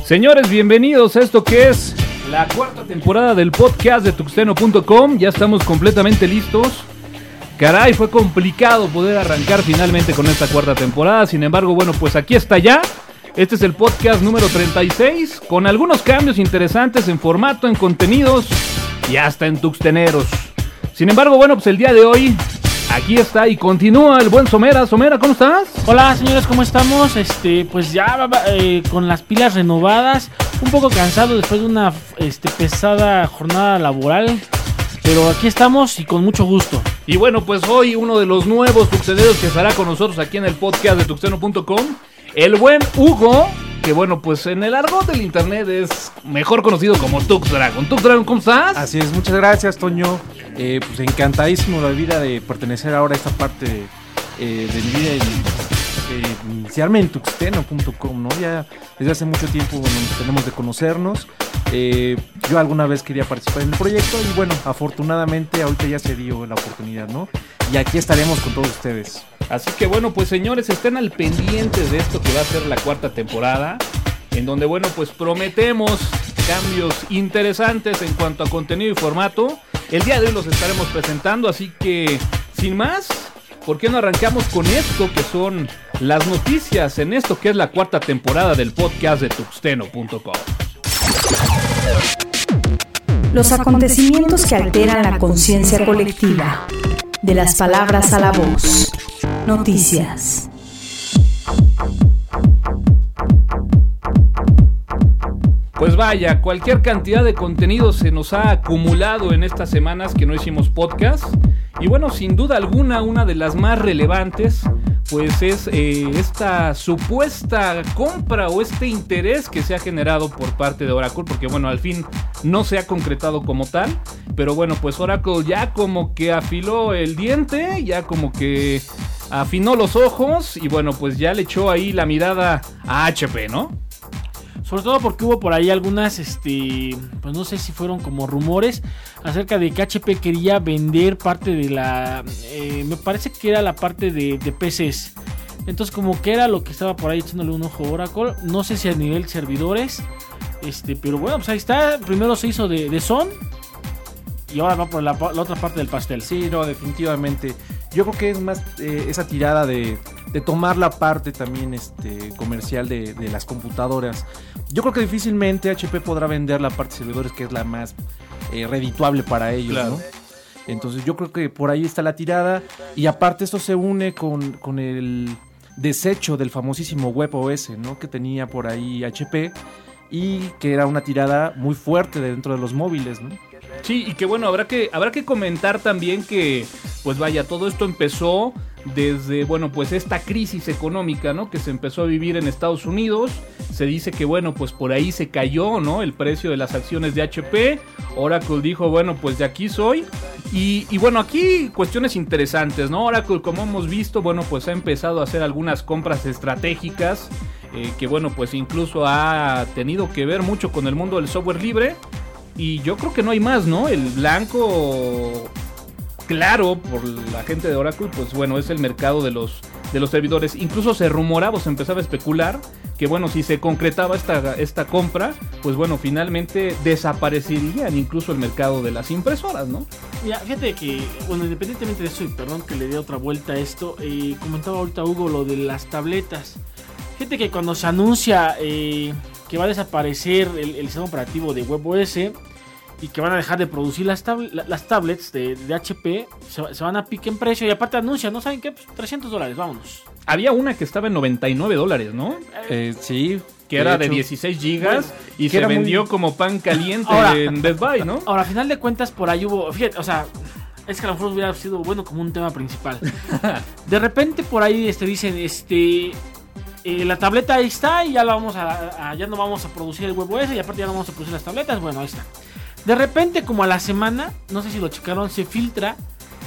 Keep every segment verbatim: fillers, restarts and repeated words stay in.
Señores, bienvenidos a esto que es la cuarta temporada del podcast de tuxteno punto com. Ya estamos completamente listos. Caray, fue complicado poder arrancar finalmente con esta cuarta temporada. Sin embargo, bueno, pues aquí está ya. Este es el podcast número treinta y seis, con algunos cambios interesantes en formato, en contenidos y hasta en tuxteneros. Sin embargo, bueno, pues el día de hoy, aquí está y continúa el buen Somera. Somera, ¿cómo estás? Hola, señores, ¿cómo estamos? Este, pues ya eh, con las pilas renovadas, un poco cansado después de una este, pesada jornada laboral, pero aquí estamos y con mucho gusto. Y bueno, pues hoy uno de los nuevos tuxteneros que estará con nosotros aquí en el podcast de tuxteno punto com, el buen Hugo, que bueno, pues en el argot del internet es mejor conocido como Tux Dragon. Tux Dragon, ¿cómo estás? Así es, muchas gracias, Toño. Eh, pues encantadísimo la vida de pertenecer ahora a esta parte eh, de mi vida, en, eh, iniciarme en tuxteno punto com, ¿no? Ya desde hace mucho tiempo bueno, tenemos de conocernos. Eh, yo alguna vez quería participar en el proyecto y bueno, afortunadamente ahorita ya se dio la oportunidad, ¿no? Y aquí estaremos con todos ustedes. Así que bueno, pues señores, estén al pendiente de esto que va a ser la cuarta temporada, en donde bueno, pues prometemos cambios interesantes en cuanto a contenido y formato. El día de hoy los estaremos presentando, así que sin más, ¿por qué no arrancamos con esto que son las noticias en esto que es la cuarta temporada del podcast de tuxteno punto com? Los acontecimientos que alteran la conciencia colectiva. De las palabras a la voz. Noticias. Pues vaya, cualquier cantidad de contenido se nos ha acumulado en estas semanas que no hicimos podcast. Y bueno, sin duda alguna, una de las más relevantes, pues es eh, esta supuesta compra o este interés que se ha generado por parte de Oracle, porque bueno, al fin no se ha concretado como tal, pero bueno, pues Oracle ya como que afiló el diente, ya como que afinó los ojos y bueno, pues ya le echó ahí la mirada a H P, ¿no? Sobre todo porque hubo por ahí algunas, este, pues no sé si fueron como rumores acerca de que H P quería vender parte de la, eh, me parece que era la parte de, de P Cs. Entonces como que era lo que estaba por ahí echándole un ojo a Oracle. No sé si a nivel servidores, este, pero bueno, pues ahí está. Primero se hizo de, de Sun y ahora va por la, la otra parte del pastel. Sí, no, definitivamente. Yo creo que es más eh, esa tirada de, de tomar la parte también este, comercial de, de las computadoras. Yo creo que difícilmente H P podrá vender la parte de servidores, que es la más eh, redituable para ellos, claro, ¿no? Entonces yo creo que por ahí está la tirada. Y aparte esto se une con, con el desecho del famosísimo WebOS, ¿no? Que tenía por ahí H P y que era una tirada muy fuerte dentro de los móviles, ¿no? Sí, y que bueno, habrá que, habrá que comentar también que, pues vaya, todo esto empezó desde, bueno, pues esta crisis económica, ¿no? Que se empezó a vivir en Estados Unidos. Se dice que, bueno, pues por ahí se cayó, ¿no? El precio de las acciones de H P. Oracle dijo, bueno, pues de aquí soy. Y, y bueno, aquí cuestiones interesantes, ¿no? Oracle, como hemos visto, bueno, pues ha empezado a hacer algunas compras estratégicas, eh, que, bueno, pues incluso ha tenido que ver mucho con el mundo del software libre. Y yo creo que no hay más, ¿no? El blanco claro por la gente de Oracle, pues bueno, es el mercado de los, de los servidores. Incluso se rumoraba o se empezaba a especular que bueno, si se concretaba esta, esta compra, pues bueno, finalmente desaparecerían incluso el mercado de las impresoras, ¿no? Mira, fíjate que, bueno, independientemente de eso, y perdón que le dé otra vuelta a esto, eh, comentaba ahorita Hugo lo de las tabletas. Fíjate que cuando se anuncia eh, que va a desaparecer el, el sistema operativo de WebOS y que van a dejar de producir las, tab- las tablets de, de H P, se, se van a pique en precio y aparte anuncian, ¿no saben qué? Pues trescientos dólares, vámonos. Había una que estaba en noventa y nueve dólares, ¿no? Eh, sí. Que era de dieciséis gigas, bueno, y se vendió muy... como pan caliente ahora, en Best Buy, ¿no? Ahora, a final de cuentas, por ahí hubo, fíjate, o sea, es que a lo mejor hubiera sido bueno como un tema principal. De repente por ahí este, dicen, este... Eh, la tableta ahí está y ya la vamos a, a ya no vamos a producir el WebOS y aparte ya no vamos a producir las tabletas. Bueno, ahí está. De repente, como a la semana, no sé si lo checaron, se filtra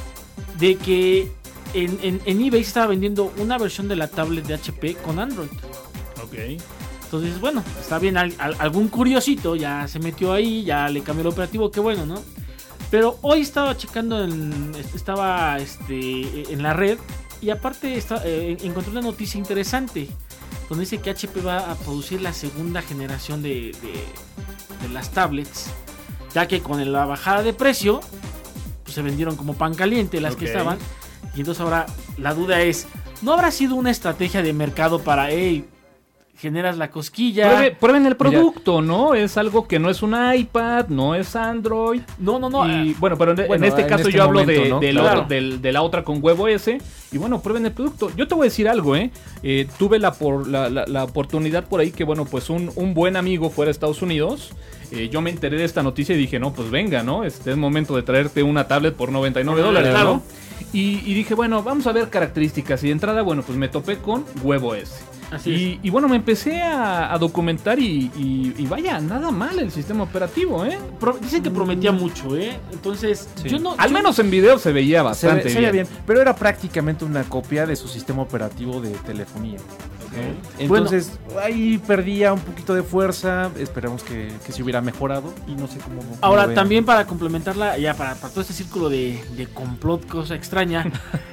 de que en, en, en eBay se estaba vendiendo una versión de la tablet de H P con Android. Ok. Entonces, bueno, está bien, al, al, algún curiosito ya se metió ahí, ya le cambió el operativo, qué bueno, ¿no? Pero hoy estaba checando, en, estaba este, en la red y aparte está, eh, encontré una noticia interesante. donde dice que H P va a producir la segunda generación de, de, de las tablets, ya que con la bajada de precio pues se vendieron como pan caliente las okay. que estaban, y entonces ahora la duda es, ¿no habrá sido una estrategia de mercado para, hey, generas la cosquilla? Pruebe, prueben el producto, Mira. ¿no? Es algo que no es un iPad, no es Android. No, no, no. Y, bueno, pero en, bueno, en este en caso este yo momento, hablo de, ¿no? del claro. otro, del, de la otra con WebOS. Y bueno, prueben el producto. Yo te voy a decir algo, ¿eh? eh tuve la, por, la, la, la oportunidad por ahí que, bueno, pues un, un buen amigo fuera de Estados Unidos. Eh, yo me enteré de esta noticia y dije, no, pues venga, ¿no? Este es momento de traerte una tablet por noventa y nueve dólares, claro. ¿no? Y, y dije, bueno, vamos a ver características. Y de entrada, bueno, pues me topé con WebOS. Así y, y bueno, me empecé a, a documentar y, y, y vaya, nada mal el sistema operativo, ¿eh? Pro, dicen que prometía mucho, ¿eh? Entonces, sí. yo no... Al yo menos en video se veía bastante se ve, se veía bien. bien. Pero era prácticamente una copia de su sistema operativo de telefonía. Okay. Entonces, bueno, ahí perdía un poquito de fuerza. Esperamos que, que se hubiera mejorado. Y no sé cómo. cómo Ahora, también para complementarla, ya para, para todo este círculo de, de complot, cosa extraña,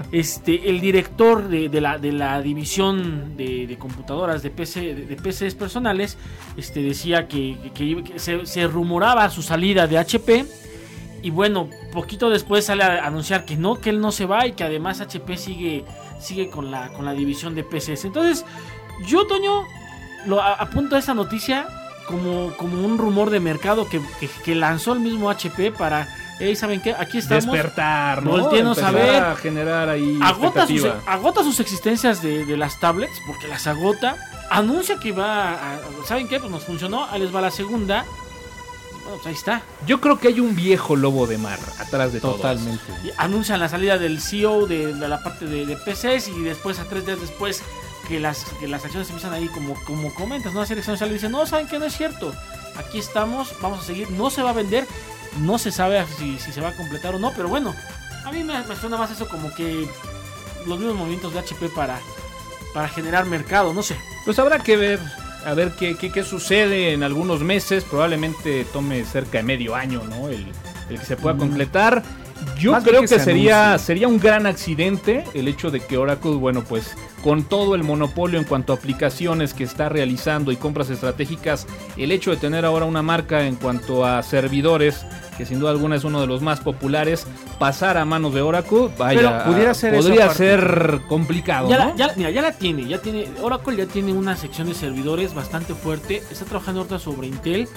este el director de, de, la, de la división de, de computadoras de P C, de, de P Cs personales, este decía que, que, que se, se rumoraba su salida de H P. Y bueno, poquito después sale a anunciar que no, que él no se va y que además H P sigue. sigue con la con la división de P Cs. Entonces, yo, Toño, lo a, apunto a esta noticia como, como un rumor de mercado que, que, que lanzó el mismo H P para, hey, ¿saben qué? Aquí estamos. Despertar, ¿no? Volteenos a ver. A generar ahí agota sus, agota sus existencias de, de las tablets, porque las agota. Anuncia que va a, ¿saben qué? Pues nos funcionó, ahí les va la segunda. Bueno, pues ahí está. Yo creo que hay un viejo lobo de mar atrás de todo. Totalmente. Anuncian la salida del C E O de, de la parte de, de P Cs y después, a tres días después, que las, que las acciones empiezan ahí como, como comentas, ¿no? Hacer acciones, dicen, no, saben que no es cierto. Aquí estamos, vamos a seguir. No se va a vender, no se sabe si, si se va a completar o no, pero bueno, a mí me, me suena más eso como que los mismos movimientos de H P para, para generar mercado, no sé. Pues habrá que ver. A ver qué, qué, qué sucede en algunos meses. Probablemente tome cerca de medio año, ¿no? El, el que se pueda completar. Yo Más creo que, que sería, sería un gran accidente el hecho de que Oracle, bueno, pues con todo el monopolio en cuanto a aplicaciones que está realizando y compras estratégicas, el hecho de tener ahora una marca en cuanto a servidores, que sin duda alguna es uno de los más populares, pasar a manos de Oracle, vaya, pero pudiera ser, podría ser complicado, ya ¿no? La, ya, mira, ya la tiene, ya tiene, Oracle ya tiene una sección de servidores bastante fuerte, está trabajando ahorita sobre Intel,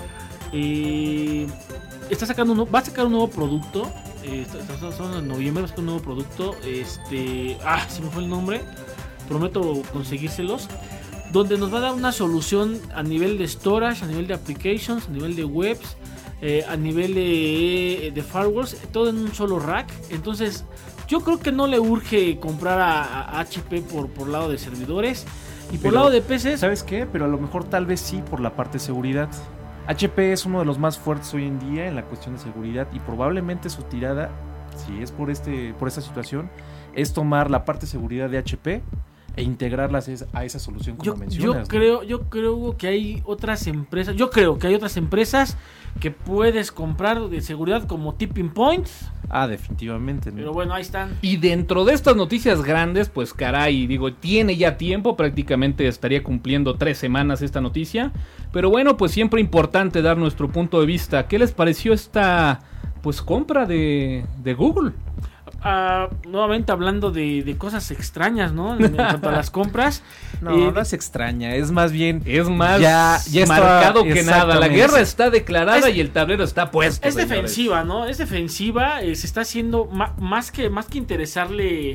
eh, está sacando un, va a sacar un nuevo producto, eh, estamos en noviembre, va a sacar un nuevo producto, este, ah, se me fue el nombre, prometo conseguírselos, donde nos va a dar una solución a nivel de storage, a nivel de applications, a nivel de webs, eh, a nivel de, de firewalls, todo en un solo rack. Entonces yo creo que no le urge comprar a, a H P por, por lado de servidores y por Pero, lado de P Cs. ¿Sabes qué? Pero a lo mejor tal vez sí por la parte de seguridad. H P es uno de los más fuertes hoy en día en la cuestión de seguridad y probablemente su tirada, si es por este por esta situación, es tomar la parte de seguridad de H P e integrarlas a esa solución como yo, mencionas. Yo creo, ¿no? yo creo que hay otras empresas, yo creo que hay otras empresas que puedes comprar de seguridad como Tipping Point. Ah, definitivamente. ¿No? Pero bueno, ahí están. Y dentro de estas noticias grandes, pues caray, digo, tiene ya tiempo, prácticamente estaría cumpliendo tres semanas esta noticia. Pero bueno, pues siempre importante dar nuestro punto de vista. ¿Qué les pareció esta, pues, compra de, de Google? Uh, nuevamente hablando de, de cosas extrañas, ¿no? En, en cuanto a las compras. No, eh, no es extraña, es más bien... Es más ya, ya marcado que nada. La guerra está declarada es, y el tablero está puesto. Es señores. defensiva, ¿no? Es defensiva, eh, se está haciendo ma- más, que, más que interesarle...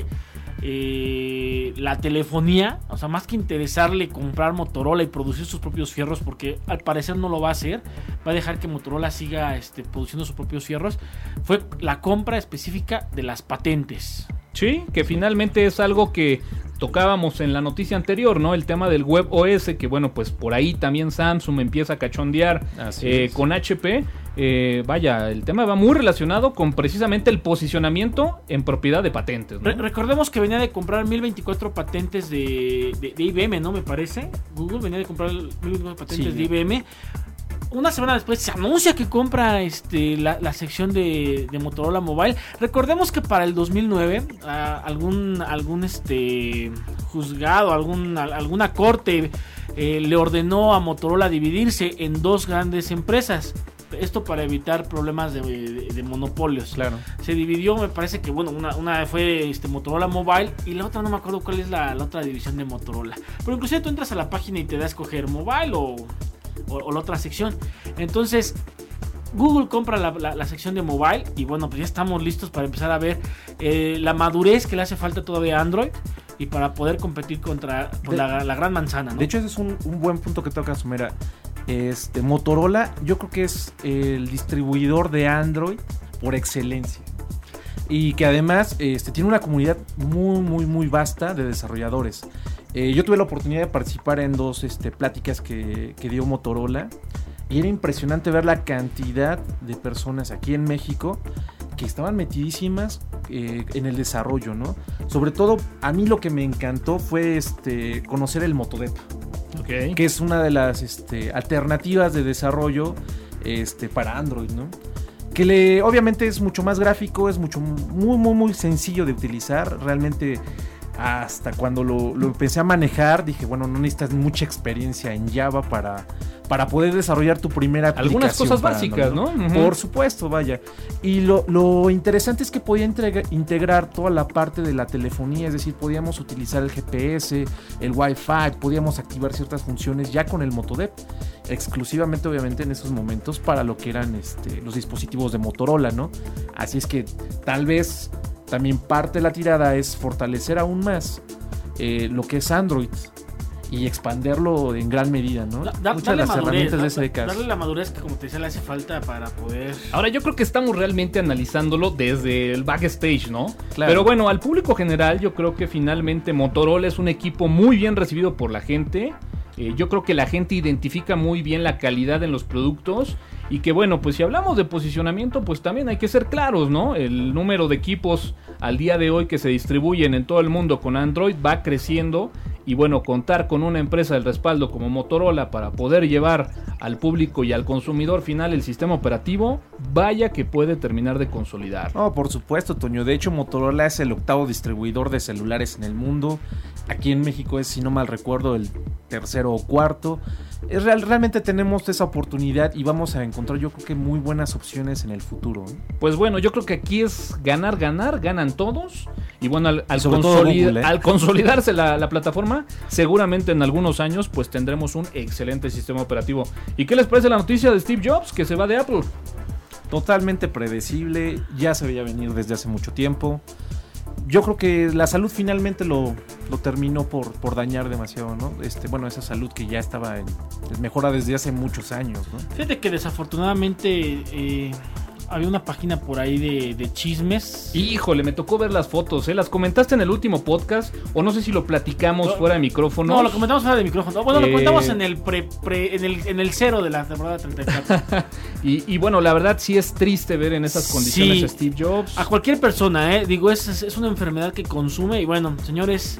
Eh, la telefonía, o sea, más que interesarle comprar Motorola y producir sus propios fierros, porque al parecer no lo va a hacer, va a dejar que Motorola siga este, produciendo sus propios fierros, fue la compra específica de las patentes. Sí, que finalmente es algo que tocábamos en la noticia anterior, ¿no? El tema del WebOS, que bueno, pues por ahí también Samsung empieza a cachondear eh, con H P. Eh, vaya, el tema va muy relacionado con precisamente el posicionamiento en propiedad de patentes, ¿no? Re- recordemos que venía de comprar mil veinticuatro patentes de, de, de I B M, ¿no? Me parece. Google venía de comprar mil veinticuatro patentes sí. de I B M. Una semana después se anuncia que compra este, la, la sección de, de Motorola Mobile. Recordemos que para el dos mil nueve uh, algún, algún este, juzgado, algún, alguna corte eh, le ordenó a Motorola dividirse en dos grandes empresas. Esto para evitar problemas de, de, de monopolios. Claro. Se dividió, me parece que, bueno, una, una fue este, Motorola Mobile y la otra no me acuerdo cuál es la, la otra división de Motorola. Pero inclusive tú entras a la página y te da a escoger Mobile o, o, o la otra sección. Entonces, Google compra la, la, la sección de Mobile y bueno, pues ya estamos listos para empezar a ver eh, la madurez que le hace falta todavía a Android y para poder competir contra pues, de, la, la gran manzana, ¿no? De hecho, ese es un, un buen punto que toca Sumera. Este, Motorola, yo creo que es el distribuidor de Android por excelencia. Y que además este, tiene una comunidad muy, muy, muy vasta de desarrolladores. Eh, yo tuve la oportunidad de participar en dos este, pláticas que, que dio Motorola. Y era impresionante ver la cantidad de personas aquí en México que estaban metidísimas eh, en el desarrollo, ¿no? Sobre todo, a mí lo que me encantó fue este, conocer el Motodev. Okay. Que es una de las este, alternativas de desarrollo este, para Android, ¿no? Que le, obviamente es mucho más gráfico, es mucho muy muy muy sencillo de utilizar. Realmente hasta cuando lo, lo empecé a manejar dije, bueno, no necesitas mucha experiencia en Java para, para poder desarrollar tu primera aplicación. Algunas cosas básicas, ¿no? ¿no? Uh-huh. Por supuesto, vaya. Y lo, lo interesante es que podía integra- integrar toda la parte de la telefonía, es decir, podíamos utilizar el G P S, el Wi-Fi, podíamos activar ciertas funciones ya con el Motodev, exclusivamente obviamente en esos momentos para lo que eran este, los dispositivos de Motorola, ¿no? Así es que tal vez también parte de la tirada es fortalecer aún más eh, lo que es Android y expanderlo en gran medida, ¿no? Da, da, Muchas de las madurez, herramientas da, de S D Ks. Darle la madurez que, como te decía, le hace falta para poder... Ahora, yo creo que estamos realmente analizándolo desde el backstage, ¿no? Claro. Pero bueno, al público general, yo creo que finalmente Motorola es un equipo muy bien recibido por la gente. Eh, yo creo que la gente identifica muy bien la calidad en los productos y que bueno, pues si hablamos de posicionamiento, pues también hay que ser claros, ¿no? El número de equipos al día de hoy que se distribuyen en todo el mundo con Android va creciendo y bueno, contar con una empresa del respaldo como Motorola para poder llevar al público y al consumidor final el sistema operativo, vaya que puede terminar de consolidar. No, por supuesto, Toño. De hecho, Motorola es el octavo distribuidor de celulares en el mundo. Aquí en México es, si no mal recuerdo, el tercero o cuarto. Es real, realmente tenemos esa oportunidad y vamos a encontrar, yo creo que muy buenas opciones en el futuro, ¿eh? Pues bueno, yo creo que aquí es ganar, ganar, ganan todos. Y bueno, al, al, Sobre consolid- todo Google, ¿eh? al consolidarse la, la plataforma, seguramente en algunos años pues tendremos un excelente sistema operativo. ¿Y qué les parece la noticia de Steve Jobs que se va de Apple? Totalmente predecible, ya se veía venir desde hace mucho tiempo. Yo creo que la salud finalmente lo, lo terminó por, por dañar demasiado, ¿no? Este, bueno, esa salud que ya estaba en, en mejora desde hace muchos años, ¿no? Fíjate que desafortunadamente eh, había una página por ahí de, de chismes. Híjole, me tocó ver las fotos, ¿eh? ¿Las comentaste en el último podcast? O no sé si lo platicamos No, fuera de micrófono. No, lo comentamos fuera de micrófono. Bueno, Eh, lo comentamos en el pre, pre en el en el cero de la temporada treinta y cuatro. y, y bueno, la verdad sí es triste ver en esas condiciones Sí. a Steve Jobs. A cualquier persona, eh, digo, es, es una enfermedad que consume. Y bueno, señores,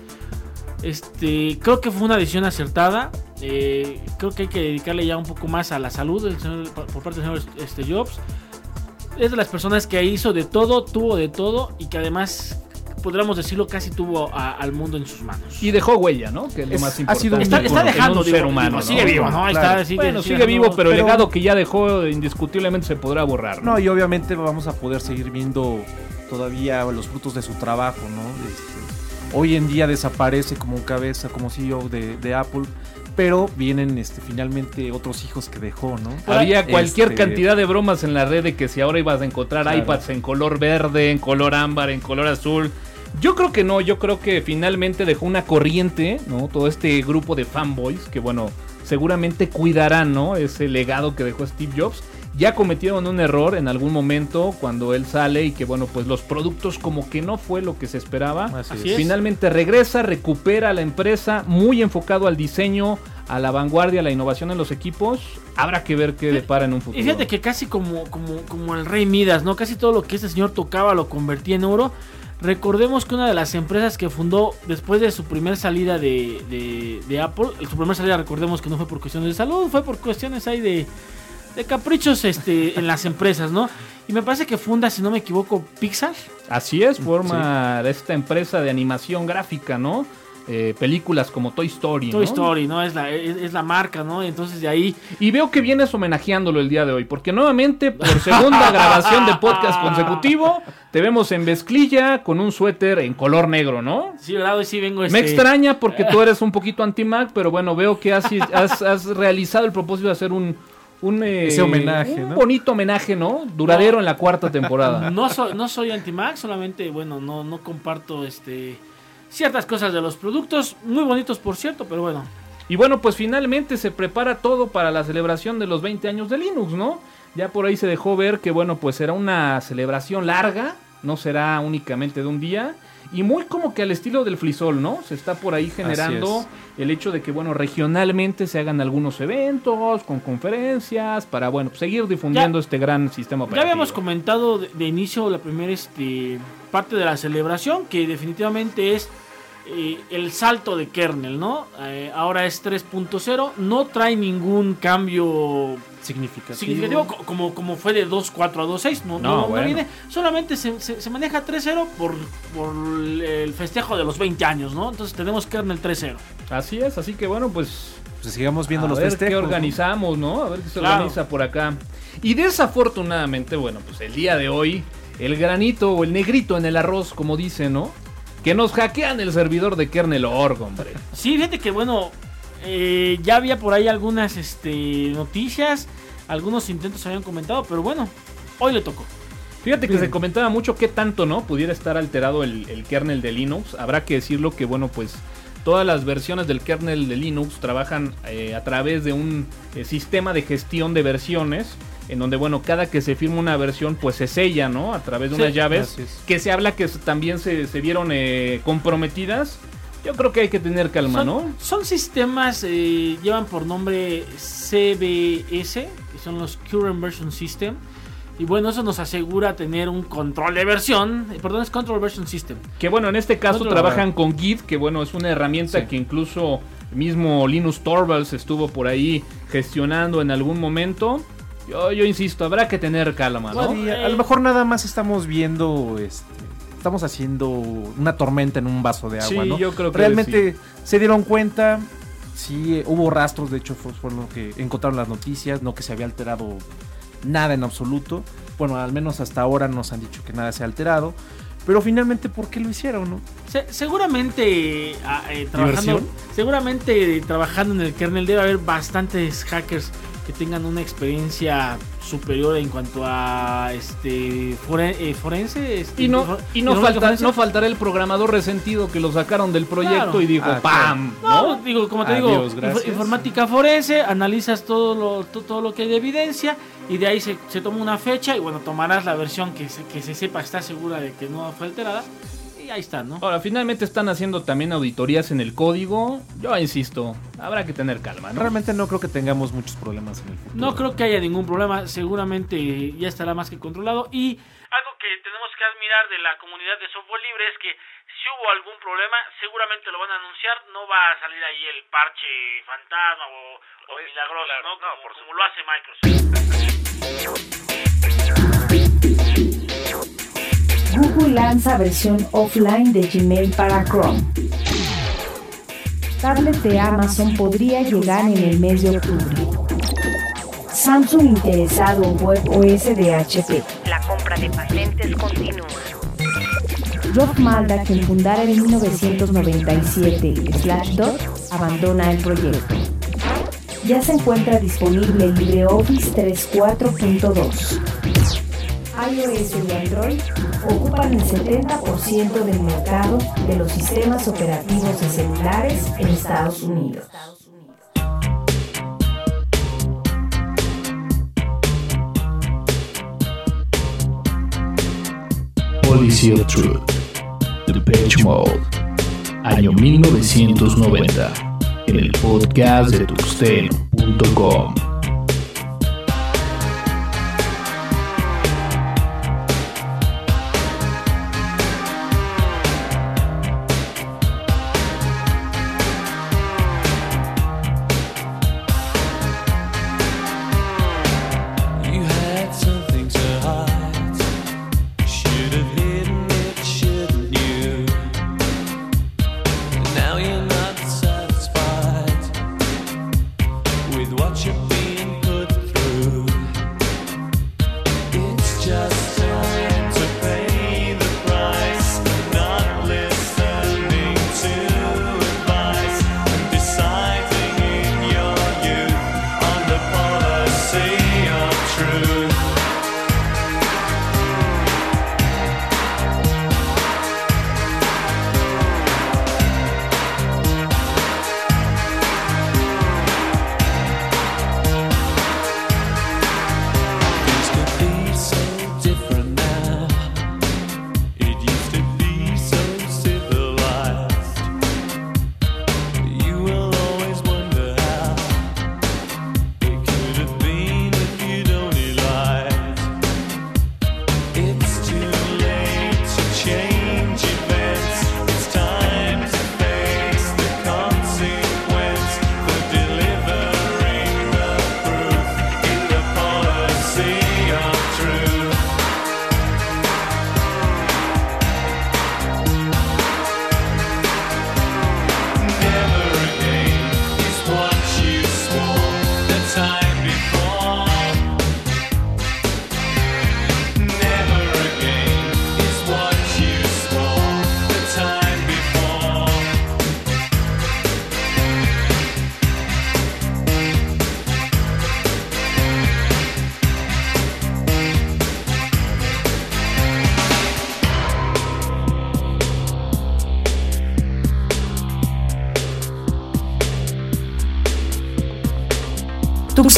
este, creo que fue una decisión acertada. Eh, creo que hay que dedicarle ya un poco más a la salud del señor, por parte del señor este, Jobs. Es de las personas que hizo de todo, tuvo de todo y que además, podríamos decirlo, casi tuvo a, al mundo en sus manos. Y dejó huella, ¿no? Que es lo Es- más ha importante. sido un Está, está ícono, dejando, en un digo, ser humano, digo, ¿no? sigue vivo, ¿no? Ahí Claro. está, sigue, Bueno, sigue dejando- vivo, pero el pero- legado que ya dejó indiscutiblemente se podrá borrar, ¿no? No, y obviamente vamos a poder seguir viendo todavía los frutos de su trabajo, ¿no? Este, hoy en día desaparece como cabeza, como C E O de, de Apple, pero vienen este, finalmente otros hijos que dejó, ¿no? Había cualquier Este, cantidad de bromas en la red de que si ahora ibas a encontrar Claro. iPads en color verde, en color ámbar, en color azul. Yo creo que no, yo creo que finalmente dejó una corriente, ¿no? Todo este grupo de fanboys que, bueno, seguramente cuidarán, ¿no? Ese legado que dejó Steve Jobs. Ya cometieron un error en algún momento cuando él sale y que, bueno, pues los productos como que no fue lo que se esperaba. Así Así es. es. Finalmente regresa, recupera a la empresa, muy enfocado al diseño, a la vanguardia, a la innovación en los equipos. Habrá que ver qué depara en un futuro. Y fíjate que casi como, como, como el rey Midas, ¿no? Casi todo lo que este señor tocaba lo convertía en oro. Recordemos que una de las empresas que fundó después de su primera salida de, de, de Apple, su primera salida, recordemos que no fue por cuestiones de salud, fue por cuestiones ahí de, de caprichos este, en las empresas, ¿no? Y me parece que funda, si no me equivoco, Pixar. Así es, forma esta empresa de animación gráfica, ¿no? eh, películas como Toy Story. Toy ¿no? Story, ¿no? Es la, es, es la marca, ¿no? Entonces de ahí... Y veo que vienes homenajeándolo el día de hoy, porque nuevamente, por segunda grabación de podcast consecutivo, te vemos en mezclilla con un suéter en color negro, ¿no? Sí, ¿verdad? Hoy sí vengo este... Me extraña porque tú eres un poquito anti-Mac, pero bueno, veo que has, has, has realizado el propósito de hacer un... Un, eh, Ese homenaje, un ¿no? bonito homenaje, ¿no? Duradero No. en la cuarta temporada. No soy, no soy anti-Mac, solamente, bueno, no, no comparto este ciertas cosas de los productos, muy bonitos por cierto, pero bueno. Y bueno, pues finalmente se prepara todo para la celebración de los veinte años de Linux, ¿no? Ya por ahí se dejó ver que, bueno, pues será una celebración larga, no será únicamente de un día. Y muy como que al estilo del Flisol, ¿no? Se está por ahí generando el hecho de que, bueno, regionalmente se hagan algunos eventos con conferencias para, bueno, seguir difundiendo ya, este gran sistema operativo. Ya habíamos comentado de, de inicio la primera este, parte de la celebración, que definitivamente es eh, el salto de kernel, ¿no? Eh, ahora es tres punto cero, no trae ningún cambio significativo, significativo como, como fue de dos punto cuatro a dos punto seis, no, no, no, bueno. no viene, solamente se, se, se maneja tres punto cero por, por el festejo de los veinte años, ¿no? Entonces tenemos kernel tres punto cero. Así es, así que bueno, pues, pues sigamos viendo a los ver festejos, qué organizamos, ¿no? A ver qué se claro. organiza por acá. Y desafortunadamente, bueno, pues el día de hoy, el granito o el negrito en el arroz, como dicen, ¿no? Que nos hackean el servidor de kernel punto org, hombre. Sí, fíjate que bueno, eh, ya había por ahí algunas este, noticias, algunos intentos se habían comentado, pero bueno, hoy le tocó. Fíjate que Bien. se comentaba mucho qué tanto, ¿no? Pudiera estar alterado el, el kernel de Linux. Habrá que decirlo que, bueno, pues todas las versiones del kernel de Linux trabajan eh, a través de un eh, sistema de gestión de versiones, en donde, bueno, cada que se firma una versión, pues se sella, ¿no? A través de unas sí, llaves, que se habla que también se, se vieron eh, comprometidas. Yo creo que hay que tener calma, son, ¿no? Son sistemas, eh, llevan por nombre C B S, que son los Current Version System. Y bueno, eso nos asegura tener un control de versión. Eh, perdón, es Control Version System. Que bueno, en este caso Control trabajan con Git, que bueno, es una herramienta sí. que incluso mismo Linus Torvalds estuvo por ahí gestionando en algún momento. Yo, yo insisto, habrá que tener calma, ¿no? Sí, a, a lo mejor nada más estamos viendo, este, estamos haciendo una tormenta en un vaso de agua, sí, ¿no? Yo creo que realmente sí. se dieron cuenta, sí, hubo rastros, de hecho fue, fue lo que encontraron las noticias, no que se había alterado nada en absoluto. Bueno, al menos hasta ahora nos han dicho que nada se ha alterado. Pero finalmente, ¿por qué lo hicieron, no? Se, seguramente eh, trabajando, seguramente trabajando en el kernel debe haber bastantes hackers que tengan una experiencia superior en cuanto a este foren, eh, forense este, y no y no falta no faltará el programador resentido que lo sacaron del proyecto claro. y dijo ah, ¡pam! ¿no? no digo como te Adiós, digo inf- informática forense, analizas todo lo to, todo lo que hay de evidencia y de ahí se, se toma una fecha y bueno, tomarás la versión que se, que se sepa, está segura de que no fue alterada. Y ahí está, ¿no? Ahora, finalmente están haciendo también auditorías en el código. Yo insisto, habrá que tener calma, ¿no? Realmente no creo que tengamos muchos problemas en el futuro. No creo que haya ningún problema. Seguramente ya estará más que controlado. Y algo que tenemos que admirar de la comunidad de software libre es que si hubo algún problema, seguramente lo van a anunciar. No va a salir ahí el parche fantasma o, o milagroso, claro, ¿no? Como, no, por como lo hace Microsoft. Google lanza versión offline de Gmail para Chrome. Tablet de Amazon podría llegar en el mes de octubre. Samsung interesado en WebOS de H P. La compra de patentes continúa. Rob Malda, quien fundara en mil novecientos noventa y siete Slashdot, abandona el proyecto. Ya se encuentra disponible LibreOffice tres punto cuatro punto dos. iOS y Android ocupan el setenta por ciento del mercado de los sistemas operativos de celulares en Estados Unidos. Policy of Truth, Depeche Mode, año mil novecientos noventa, en el podcast de tuxteno punto com. Now you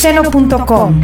tuxteno punto com.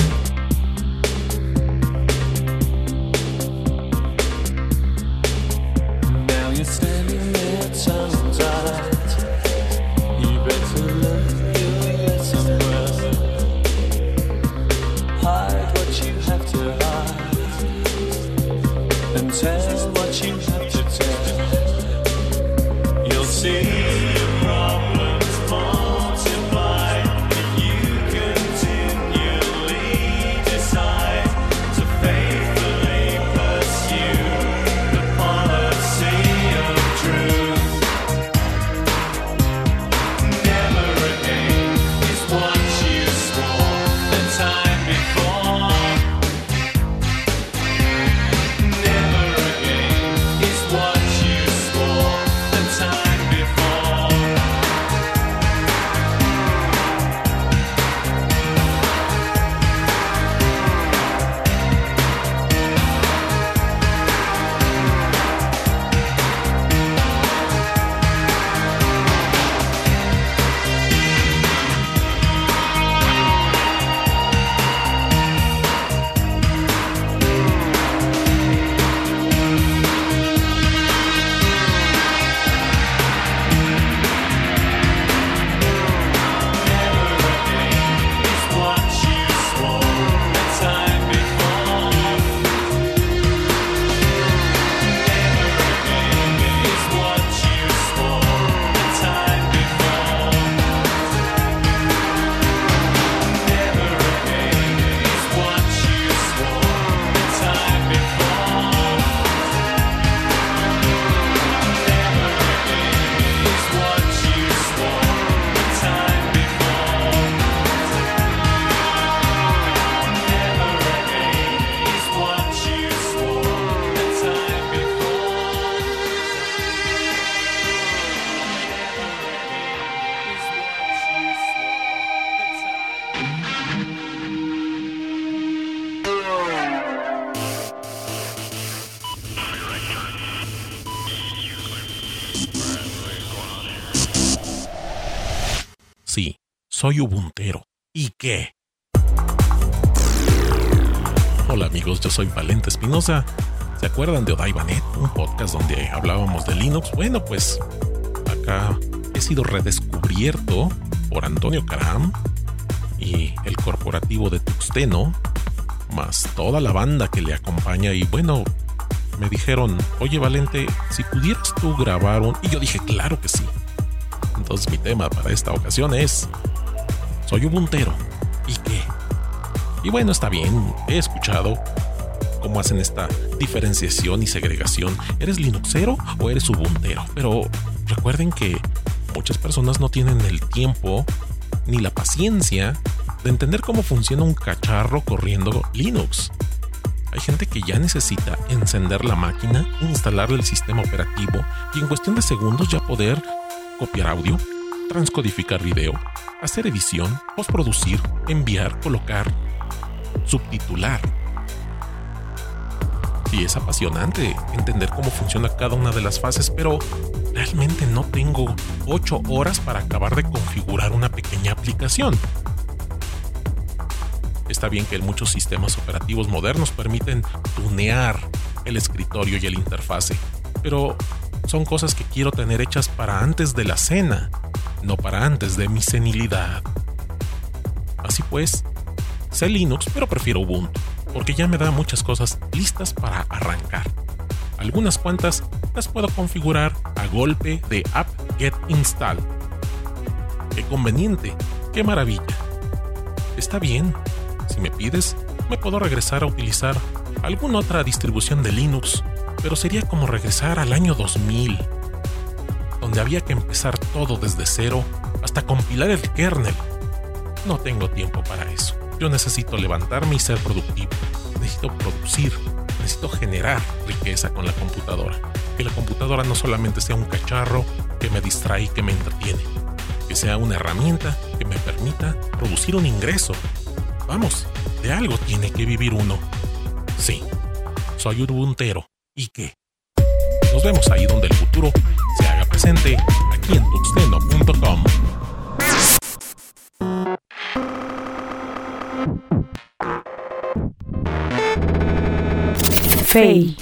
Sí, soy ubuntero. ¿Y qué? Hola amigos, yo soy Valente Espinosa. ¿Se acuerdan de Odaibanet? Un podcast donde hablábamos de Linux. Bueno, pues acá he sido redescubierto por Antonio Caram y el corporativo de Tuxteno, más toda la banda que le acompaña. Y bueno, me dijeron, oye Valente, si pudieras tú grabar un... Y yo dije, claro que sí. Entonces mi tema para esta ocasión es soy ubuntero. ¿Y qué? Y bueno, está bien, he escuchado cómo hacen esta diferenciación y segregación. ¿Eres linuxero o eres ubuntero? Pero recuerden que muchas personas no tienen el tiempo ni la paciencia de entender cómo funciona un cacharro corriendo Linux. Hay gente que ya necesita encender la máquina, instalarle el sistema operativo y en cuestión de segundos ya poder copiar audio, transcodificar video, hacer edición, postproducir, enviar, colocar, subtitular. Sí, es apasionante entender cómo funciona cada una de las fases, pero realmente no tengo ocho horas para acabar de configurar una pequeña aplicación. Está bien que muchos sistemas operativos modernos permiten tunear el escritorio y el interfase, pero son cosas que quiero tener hechas para antes de la cena, no para antes de mi senilidad. Así pues, sé Linux, pero prefiero Ubuntu, porque ya me da muchas cosas listas para arrancar. Algunas cuantas las puedo configurar a golpe de apt-get install. ¡Qué conveniente! ¡Qué maravilla! Está bien, si me pides, me puedo regresar a utilizar alguna otra distribución de Linux, pero sería como regresar al año dos mil, donde había que empezar todo desde cero hasta compilar el kernel. No tengo tiempo para eso. Yo necesito levantarme y ser productivo. Necesito producir, necesito generar riqueza con la computadora. Que la computadora no solamente sea un cacharro que me distrae y que me entretiene, que sea una herramienta que me permita producir un ingreso. Vamos, de algo tiene que vivir uno. Sí, soy ubuntero. ¿Y qué? Nos vemos ahí donde el futuro se haga presente, aquí en tuxteno punto com. Fail.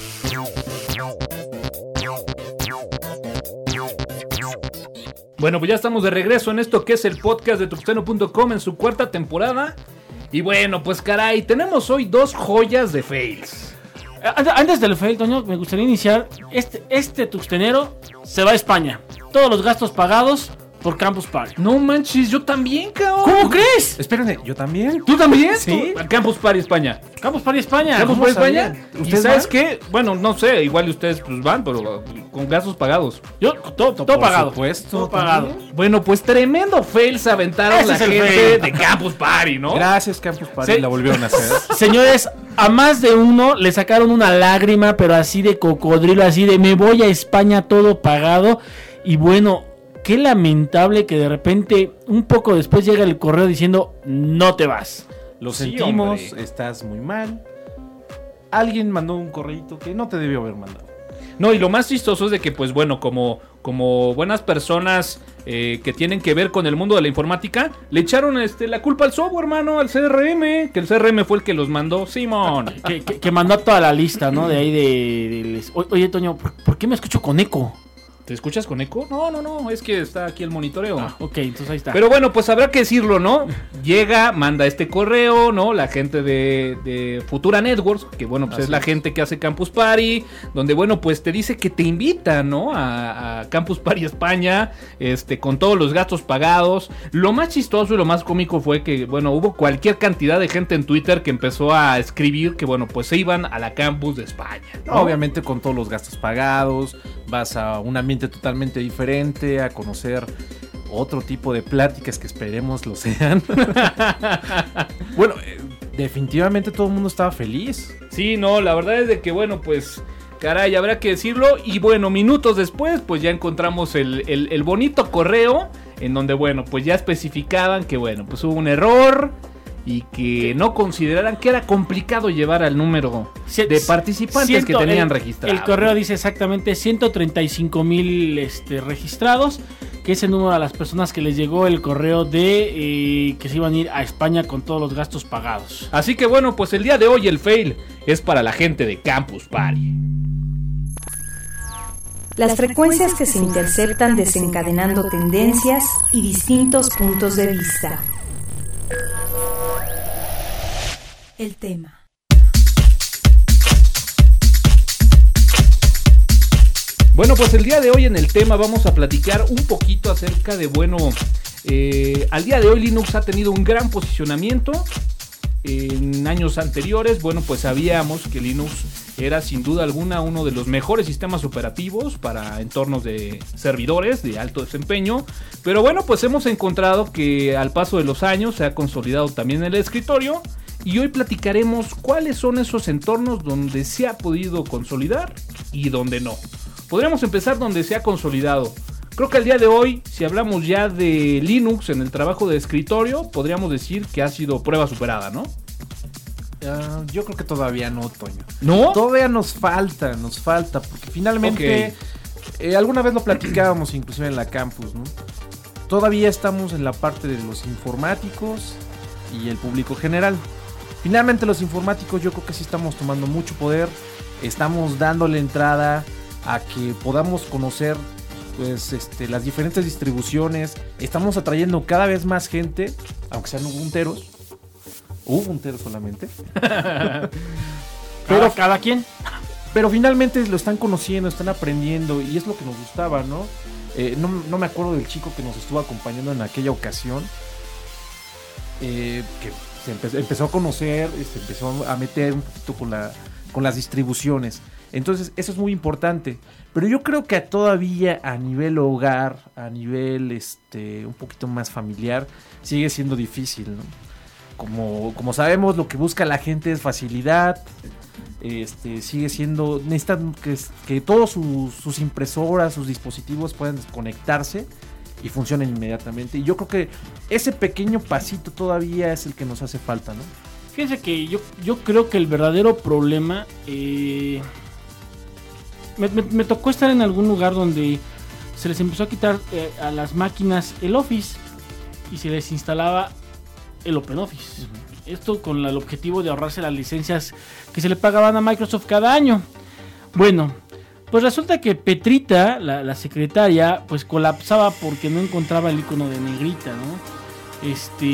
Bueno, pues ya estamos de regreso en esto que es el podcast de tuxteno punto com en su cuarta temporada. Y bueno, pues caray, tenemos hoy dos joyas de fails. Antes del fail, Toño, me gustaría iniciar. Este, este tuxtenero se va a España. Todos los gastos pagados por Campus Party. No manches, yo también, cabrón. ¿Cómo crees? Espérenme, ¿yo también? ¿Tú también? Sí. ¿Tú? Campus Party España. Campus Party España. Campus ¿Cómo Party España. sabían? ¿Y ¿Ustedes sabes van? qué? Bueno, no sé, igual ustedes pues van, pero con gastos pagados. Yo, todo, todo Por pagado. supuesto, Todo pagado. también. Bueno, pues tremendo fail se aventaron Ese la es el gente fail. de Campus Party, ¿no? Gracias, Campus Party. Sí. La volvieron a hacer. Señores, a más de uno le sacaron una lágrima, pero así de cocodrilo, así de me voy a España todo pagado. Y bueno, qué lamentable que de repente, un poco después llega el correo diciendo no te vas. Lo Sí, sentimos, hombre. estás muy mal. Alguien mandó un correíto que no te debió haber mandado. No, y lo más chistoso es de que, pues bueno, como, como buenas personas eh, que tienen que ver con el mundo de la informática, le echaron este, la culpa al software, hermano, al C R M, que el C R M fue el que los mandó, Simón. Que, que, que mandó toda la lista, ¿no? De ahí de... de les- O- Oye, Toño, ¿por, por qué me escucho con eco? ¿Te escuchas con eco? No, no, no, es que está aquí el monitoreo. Ah, ok, entonces ahí está. Pero bueno, pues habrá que decirlo, ¿no? Llega, manda este correo, ¿no? La gente de, de Futura Networks, que bueno, pues Así es la es. gente que hace Campus Party, donde bueno, pues te dice que te invita, ¿no? A, a Campus Party España, este, con todos los gastos pagados. Lo más chistoso y lo más cómico fue que, bueno, hubo cualquier cantidad de gente en Twitter que empezó a escribir que, bueno, pues se iban a la Campus de España, ¿no? Obviamente con todos los gastos pagados, vas a un ambiente totalmente diferente, a conocer otro tipo de pláticas que esperemos lo sean. Bueno, eh, definitivamente todo el mundo estaba feliz. Sí, no, la verdad es de que, bueno, pues, caray, habrá que decirlo. Y bueno, minutos después, pues ya encontramos el, el, el bonito correo en donde, bueno, pues ya especificaban que, bueno, pues hubo un error y que no consideraran que era complicado llevar al número Cien- de participantes ciento- que tenían el- registrados. El correo dice exactamente ciento treinta y cinco mil este, registrados, que es el número a las personas que les llegó el correo de eh, que se iban a ir a España con todos los gastos pagados. Así que bueno, pues el día de hoy el fail es para la gente de Campus Party. Las frecuencias que se interceptan desencadenando tendencias y distintos puntos de vista. El tema. Bueno, pues el día de hoy en el tema vamos a platicar un poquito acerca de, bueno, eh, al día de hoy Linux ha tenido un gran posicionamiento. En años anteriores, bueno, pues sabíamos que Linux era sin duda alguna uno de los mejores sistemas operativos para entornos de servidores de alto desempeño. Pero bueno, pues hemos encontrado que al paso de los años se ha consolidado también el escritorio. Y hoy platicaremos cuáles son esos entornos donde se ha podido consolidar y donde no. Podríamos empezar donde se ha consolidado. Creo que al día de hoy, si hablamos ya de Linux en el trabajo de escritorio, podríamos decir que ha sido prueba superada, ¿no? Uh, yo creo que todavía no, Toño. ¿No? Todavía nos falta, nos falta, porque finalmente, eh, alguna vez lo platicábamos inclusive en la campus, ¿no? Todavía estamos en la parte de los informáticos y el público general. Finalmente los informáticos yo creo que sí estamos tomando mucho poder, estamos dándole entrada a que podamos conocer pues este las diferentes distribuciones, estamos atrayendo cada vez más gente, aunque sean ubunteros, ubunteros solamente. Pero Pero cada quien. Pero finalmente lo están conociendo, están aprendiendo y es lo que nos gustaba, ¿no? Eh, no, no me acuerdo del chico que nos estuvo acompañando en aquella ocasión, eh, que se empe- empezó a conocer, se empezó a meter un poquito con, la, con las distribuciones. Entonces eso es muy importante. Pero yo creo que todavía a nivel hogar, a nivel este un poquito más familiar, sigue siendo difícil, ¿no? Como, como sabemos, lo que busca la gente es facilidad. Este, sigue siendo, necesitan que, que todos sus, sus impresoras, sus dispositivos puedan desconectarse y funcionen inmediatamente. Y yo creo que ese pequeño pasito todavía es el que nos hace falta, ¿no? Fíjense que yo, yo creo que el verdadero problema... Eh, me, me, me tocó estar en algún lugar donde se les empezó a quitar eh, a las máquinas el Office y se les instalaba el OpenOffice. Esto con el objetivo de ahorrarse las licencias que se le pagaban a Microsoft cada año. Bueno, pues resulta que Petrita, la, la secretaria, pues colapsaba porque no encontraba el icono de negrita, ¿no? Este,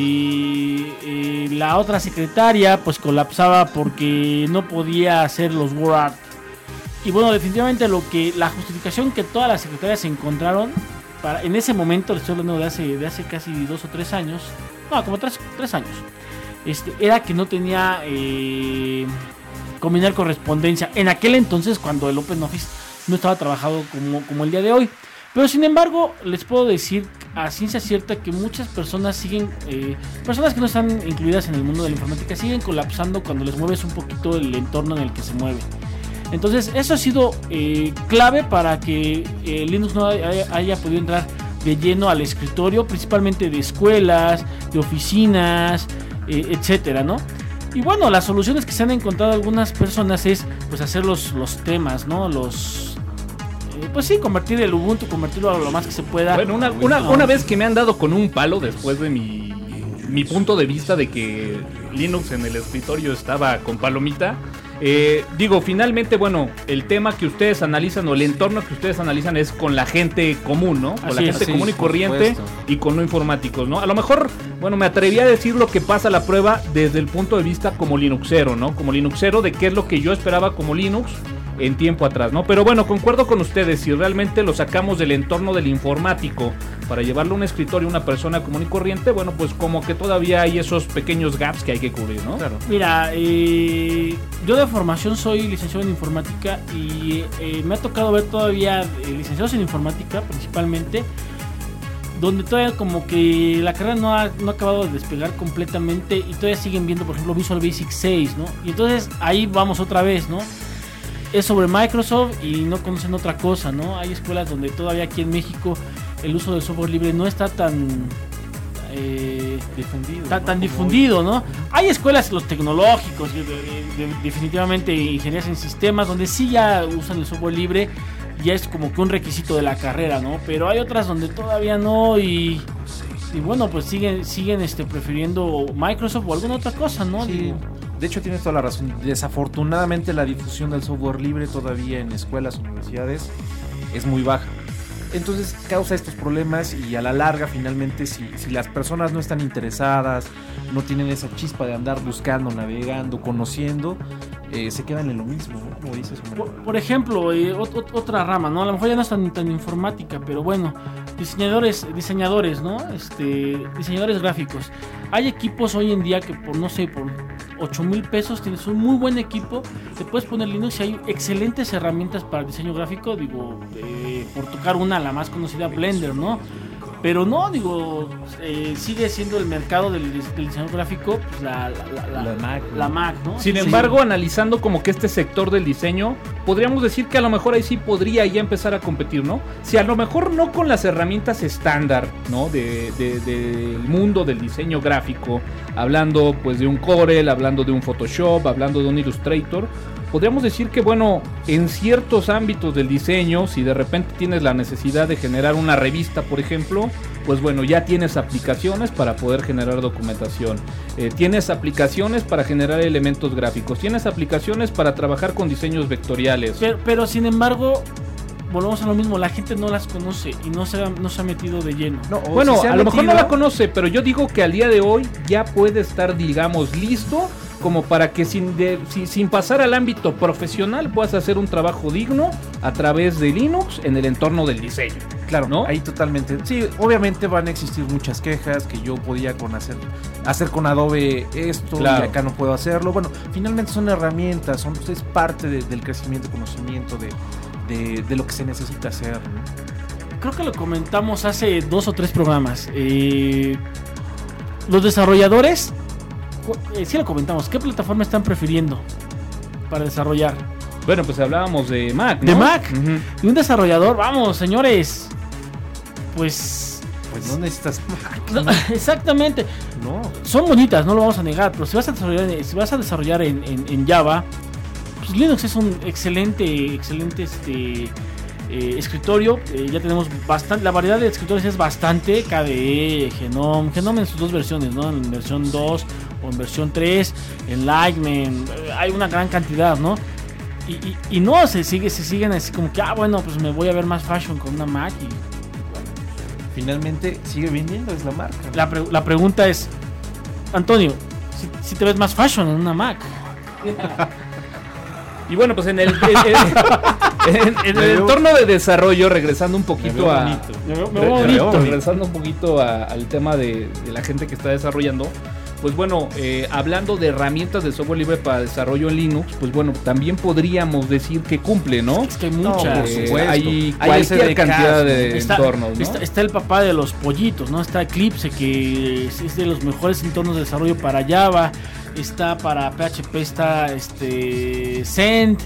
eh, la otra secretaria, pues colapsaba porque no podía hacer los word art. Y bueno, definitivamente lo que la justificación que todas las secretarias encontraron para, en ese momento, le estoy hablando de hace, de hace casi dos o tres años, no, como tres, tres años, este, era que no tenía eh, combinar correspondencia. En aquel entonces, cuando el OpenOffice no estaba trabajado como, como el día de hoy. Pero sin embargo, les puedo decir a ciencia cierta que muchas personas siguen, eh, personas que no están incluidas en el mundo de la informática, siguen colapsando cuando les mueves un poquito el entorno en el que se mueve. Entonces eso ha sido eh, clave para que eh, Linux no haya, haya podido entrar de lleno al escritorio, principalmente de escuelas, de oficinas, eh, etcétera, ¿no? Y bueno, las soluciones que se han encontrado algunas personas es pues hacer los, los temas, ¿no? Los eh, pues sí, convertir el Ubuntu, convertirlo a lo más que se pueda. Bueno, una, una, una vez que me han dado con un palo después de mi, mi punto de vista de que Linux en el escritorio estaba con palomita. Eh, digo, finalmente, bueno, el tema que ustedes analizan o el entorno que ustedes analizan es con la gente común, ¿no? Con Así la es, gente sí, común y por corriente supuesto. y con no informáticos, ¿no? A lo mejor, bueno, me atreví a decir lo que pasa la prueba desde el punto de vista como Linuxero, ¿no? Como Linuxero de qué es lo que yo esperaba como Linux en tiempo atrás, ¿no? Pero bueno, concuerdo con ustedes, si realmente lo sacamos del entorno del informático para llevarlo a un escritorio a una persona común y corriente, bueno, pues como que todavía hay esos pequeños gaps que hay que cubrir, ¿no? Claro. Mira, eh, yo de formación soy licenciado en informática y eh, me ha tocado ver todavía eh, licenciados en informática principalmente, donde todavía como que la carrera no ha, no ha acabado de despegar completamente y todavía siguen viendo, por ejemplo, Visual Basic seis, ¿no? Y entonces ahí vamos otra vez, ¿no? Es sobre Microsoft y no conocen otra cosa, ¿no? Hay escuelas donde todavía aquí en México el uso del software libre no está tan eh, difundido, tan, ¿no? tan Como difundido, ¿no? Hay escuelas, los tecnológicos, de, de, de, definitivamente ingenierías en sistemas, donde sí ya usan el software libre, ya es como que un requisito de la carrera, ¿no? Pero hay otras donde todavía no y, y bueno, pues siguen siguen este prefiriendo Microsoft o alguna otra cosa, ¿no? Sí, Digo, de hecho tienes toda la razón. Desafortunadamente la difusión del software libre todavía en escuelas, universidades es muy baja. Entonces causa estos problemas y a la larga finalmente si, si las personas no están interesadas, no tienen esa chispa de andar buscando, navegando, conociendo, eh, se quedan en lo mismo, ¿no? Como dices, Homero. Por, por ejemplo, eh, ot, ot, otra rama, ¿no? A lo mejor ya no es tan, tan informática, pero bueno, diseñadores, diseñadores, ¿no? Este, diseñadores gráficos. Hay equipos hoy en día que por, no sé, por ocho mil pesos tienes un muy buen equipo, te puedes poner Linux y hay excelentes herramientas para diseño gráfico, digo, eh, por tocar una, la más conocida, Blender, ¿no? Pero no, digo, eh, sigue siendo el mercado del, del diseño gráfico, pues la, la, la, La Mac, ¿no? la Mac, ¿no? Sin Sí. embargo, analizando como que este sector del diseño, podríamos decir que a lo mejor ahí sí podría ya empezar a competir, ¿no? Si a lo mejor no con las herramientas estándar, ¿no? De, de, del mundo del diseño gráfico, hablando pues de un Corel, hablando de un Photoshop, hablando de un Illustrator, podríamos decir que bueno, en ciertos ámbitos del diseño, si de repente tienes la necesidad de generar una revista, por ejemplo, pues bueno, ya tienes aplicaciones para poder generar documentación, eh, tienes aplicaciones para generar elementos gráficos, tienes aplicaciones para trabajar con diseños vectoriales. Pero, pero sin embargo, volvemos a lo mismo, la gente no las conoce y no se ha, no se ha metido de lleno. No, o Bueno, si se ha a lo mejor no metido- la conoce, pero yo digo que al día de hoy ya puede estar, digamos, listo como para que sin, de, sin, sin pasar al ámbito profesional puedas hacer un trabajo digno a través de Linux en el entorno del diseño. Claro, ¿no? ahí totalmente. Sí, obviamente van a existir muchas quejas que yo podía con hacer, hacer con Adobe esto Claro. y acá no puedo hacerlo. Bueno, finalmente son herramientas, son, es parte de- del crecimiento, conocimiento de, de, de lo que se necesita hacer, ¿no? Creo que lo comentamos hace dos o tres programas. Eh, los desarrolladores, cu- eh, sí lo comentamos, ¿qué plataforma están prefiriendo para desarrollar? Bueno, pues hablábamos de Mac, ¿no? ¿De Mac? Ujú. Y un desarrollador, vamos, señores, pues... Pues no necesitas no, exactamente. no. Son bonitas, no lo vamos a negar, pero si vas a desarrollar, si vas a desarrollar en, en, en Java, pues Linux es un excelente, excelente este eh, escritorio. Eh, ya tenemos bastante, la variedad de escritorios es bastante, K D E, Genome, Genome en sus dos versiones, ¿no? En versión dos o en versión tres, en Lightman, hay una gran cantidad, ¿no? Y, y, y no, se sigue, se siguen así como que, ah, bueno, pues me voy a ver más fashion con una Mac y bueno. Finalmente sigue vendiendo, es la marca. La, pre- la pregunta es, Antonio, si, si te ves más fashion en una Mac. Y bueno, pues en el, en, en- en el entorno de desarrollo, regresando un poquito a... Me veo, me Re- veo re- bonito. regresando un poquito a- al tema de, de la gente que está desarrollando, pues bueno, eh, hablando de herramientas de software libre para desarrollo en Linux, pues bueno, también podríamos decir que cumple, ¿no? Es que hay No, muchas. por Eh, supuesto. hay Hay cualquier S D Ks, cantidad de ¿no? Está, entornos, ¿no? está, está el papá de los pollitos, ¿no? Está Eclipse, que es, es de los mejores entornos de desarrollo para Java. Está para P H P, está este Cent.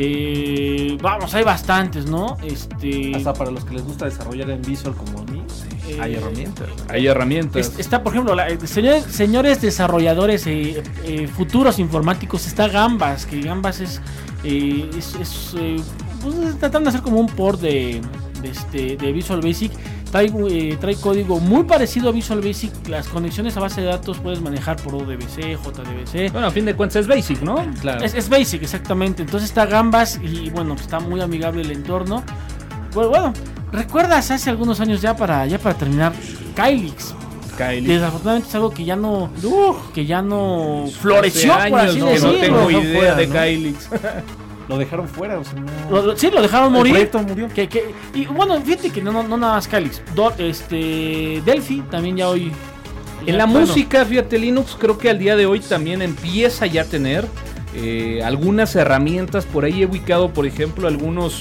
Eh, vamos, hay bastantes, ¿no? Este, Hasta para los que les gusta desarrollar en Visual como a mí, Eh, hay herramientas. Hay herramientas. es- está, por ejemplo, la- eh, señores, señores desarrolladores eh, eh, futuros informáticos, está Gambas, que Gambas es, eh, es, es, eh, pues, tratando de hacer como un port de, de, este, de Visual Basic. Trae, eh, trae código muy parecido a Visual Basic. Las conexiones a base de datos puedes manejar por O D B C, J D B C. Bueno, a fin de cuentas es basic, ¿no? Claro. Es, es Basic, exactamente. Entonces está Gambas y bueno, está muy amigable el entorno. Bueno, bueno, ¿recuerdas hace algunos años ya para, ya para terminar? Kylix. Kylie. Desafortunadamente es algo que ya no, que ya no floreció, Hace por años así que no decirlo. tengo Lo idea dejó fuera, de ¿no? Kylix. Lo dejaron fuera, o sea, no... Lo- lo- sí, lo dejaron El morir. proyecto murió. Que, que, y bueno, fíjate que no, no, no nada más Kylix. Do- este, Delphi también ya hoy. ya- En la bueno, música, fíjate, Linux creo que al día de hoy también empieza ya a tener eh, algunas herramientas. Por ahí he ubicado, por ejemplo, algunos,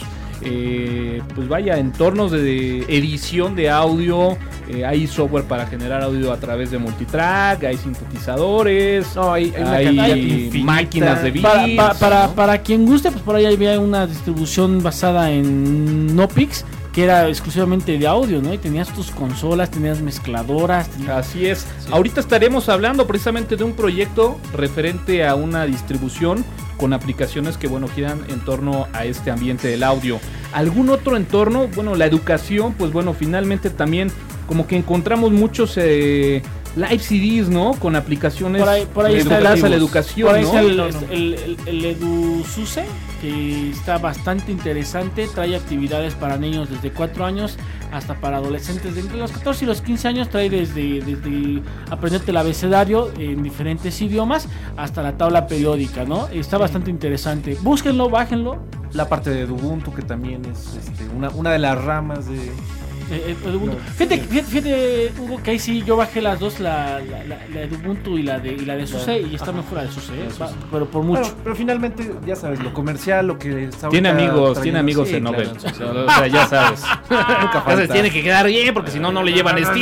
eh, pues vaya, entornos de edición de audio. Eh, hay software para generar audio a través de multitrack, hay sintetizadores, No, hay, hay una hay cantidad infinita. máquinas de Para, bits, para, para, ¿no? para quien guste, pues por ahí había una distribución basada en Nopix, que era exclusivamente de audio, ¿no? Y tenías tus consolas, tenías mezcladoras. tenías- Así es. Ahorita estaremos hablando precisamente de un proyecto referente a una distribución con aplicaciones que, bueno, giran en torno a este ambiente del audio. ¿Algún otro entorno? Bueno, la educación, pues bueno, finalmente también como que encontramos muchos eh, live C Ds, ¿no? Con aplicaciones Por ahí, por ahí está enfocadas el, a la educación, por ahí ¿no? está el, No, no. el, el, el EduSUSE, que está bastante interesante. Trae actividades para niños desde cuatro años hasta para adolescentes de entre los catorce y los quince años. Trae desde, desde aprenderte el abecedario en diferentes idiomas hasta la tabla periódica, ¿no? Está bastante interesante. Búsquenlo, bájenlo. La parte de Ubuntu, que también es este, una, una de las ramas de... Eh, eh, Ubuntu. Fíjate, fíjate, fíjate, Hugo, que ahí sí yo bajé las dos, la, la, la, la de Ubuntu y la de, y la de SUSE, y está mejor la de SUSE, ¿eh? Va, pero por mucho. Bueno, pero finalmente, ya sabes, lo comercial, lo que está Tiene ahorita amigos, trayendo- tiene amigos sí, en claro, Nobel. sí, sí. O sea, ya sabes. Nunca Entonces falta. tiene que quedar bien porque si no, no le llevan sticker.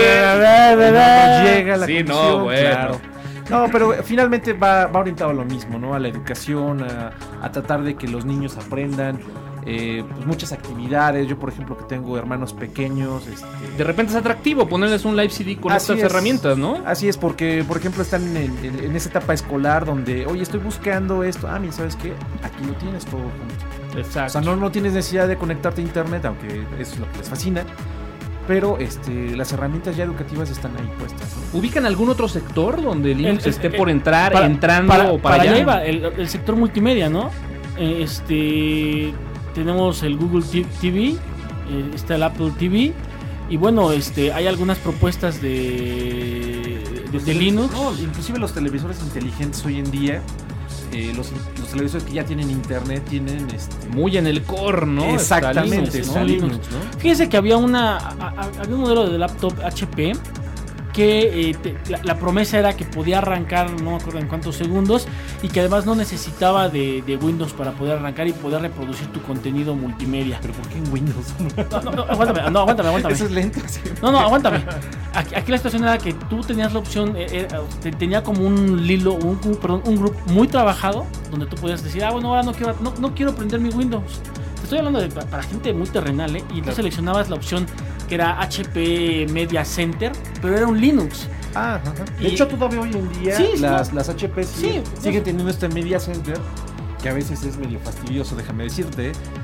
No llega la Sí, no, conexión, bueno. claro. No, pero finalmente va, va orientado a lo mismo, ¿no? A la educación, a, a tratar de que los niños aprendan. Eh, pues muchas actividades. Yo, por ejemplo, que tengo hermanos pequeños, este, De repente es atractivo ponerles un live C D con Así estas es. herramientas, ¿no? Así es, porque, por ejemplo, están en, en- en esa etapa escolar donde, oye, estoy buscando esto. Ah, mira, ¿sabes qué? Aquí lo tienes todo junto. Exacto. O sea, no, no tienes necesidad de conectarte a internet, aunque eso es lo que les fascina. Pero este, las herramientas ya educativas están ahí puestas, ¿no? ¿Ubican algún otro sector donde Linux El- esté el- por entrar, para- entrando para, o para, para allá? allá iba el, el sector multimedia, ¿no? Eh, Este tenemos el Google T V, eh, está el Apple T V y bueno, este hay algunas propuestas de de, de Linux. No, inclusive los televisores inteligentes hoy en día, eh, los, los televisores que ya tienen internet, tienen este... Muy en el core, ¿no? Está Exactamente, Linux, está son ¿no? Linux. Linux, ¿no? Fíjense que había una a- a- había un modelo de laptop H P que eh, te- la, la promesa era que podía arrancar no me acuerdo en cuántos segundos y que además no necesitaba de, de Windows para poder arrancar y poder reproducir tu contenido multimedia. Pero ¿por qué en Windows? No, no, no, aguántame, no, aguántame, aguántame. Eso es lento. Sí. No, no, aguántame. Aquí, aquí la situación era que tú tenías la opción, eh, eh, te- tenía como un Lilo, un, un- perdón, un grupo muy trabajado donde tú podías decir, ah, bueno, ahora no quiero, no, no quiero prender mi Windows. Te estoy hablando de para gente muy terrenal, ¿eh? Y entonces Claro. seleccionabas la opción que era H P Media Center, pero era un Linux. Ah, ajá. De Y- hecho, todavía hoy en día Sí, sí, las, no. las H P Sí, siguen, no. siguen teniendo este Media Center, que a veces es medio fastidioso, déjame decirte,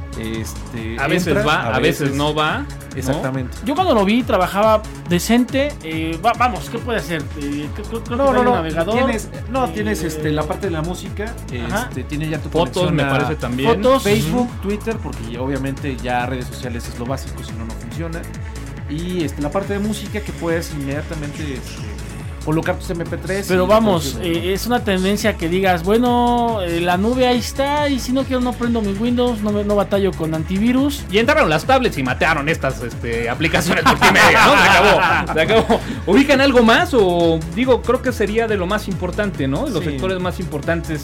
Este, A veces entra, va, a veces no va. Exactamente. Yo cuando lo vi trabajaba decente. Eh, va- vamos, ¿qué puede hacer? Eh, creo- creo que No, trae no, un no. navegador. Tienes, no, Eh, tienes este, la parte de la música. Ajá. Este, tiene ya tu Fotos, conexión me a parece también. Fotos. Facebook, Twitter, porque obviamente ya redes sociales es lo básico, si no, no funciona. Y este, la parte de música que puedes inmediatamente este, colocar tus eme pe tres. Pero y vamos, funciona. eh, es una tendencia que digas, bueno, eh, la nube ahí está y si no quiero no prendo mi Windows, no, me- no batallo con antivirus. Y entraron las tablets y matearon estas este, aplicaciones multimedia, ¿no? Se acabó, se acabó. ¿Ubican algo más? O digo, creo que sería de lo más importante, ¿no? De los Sí. sectores más importantes.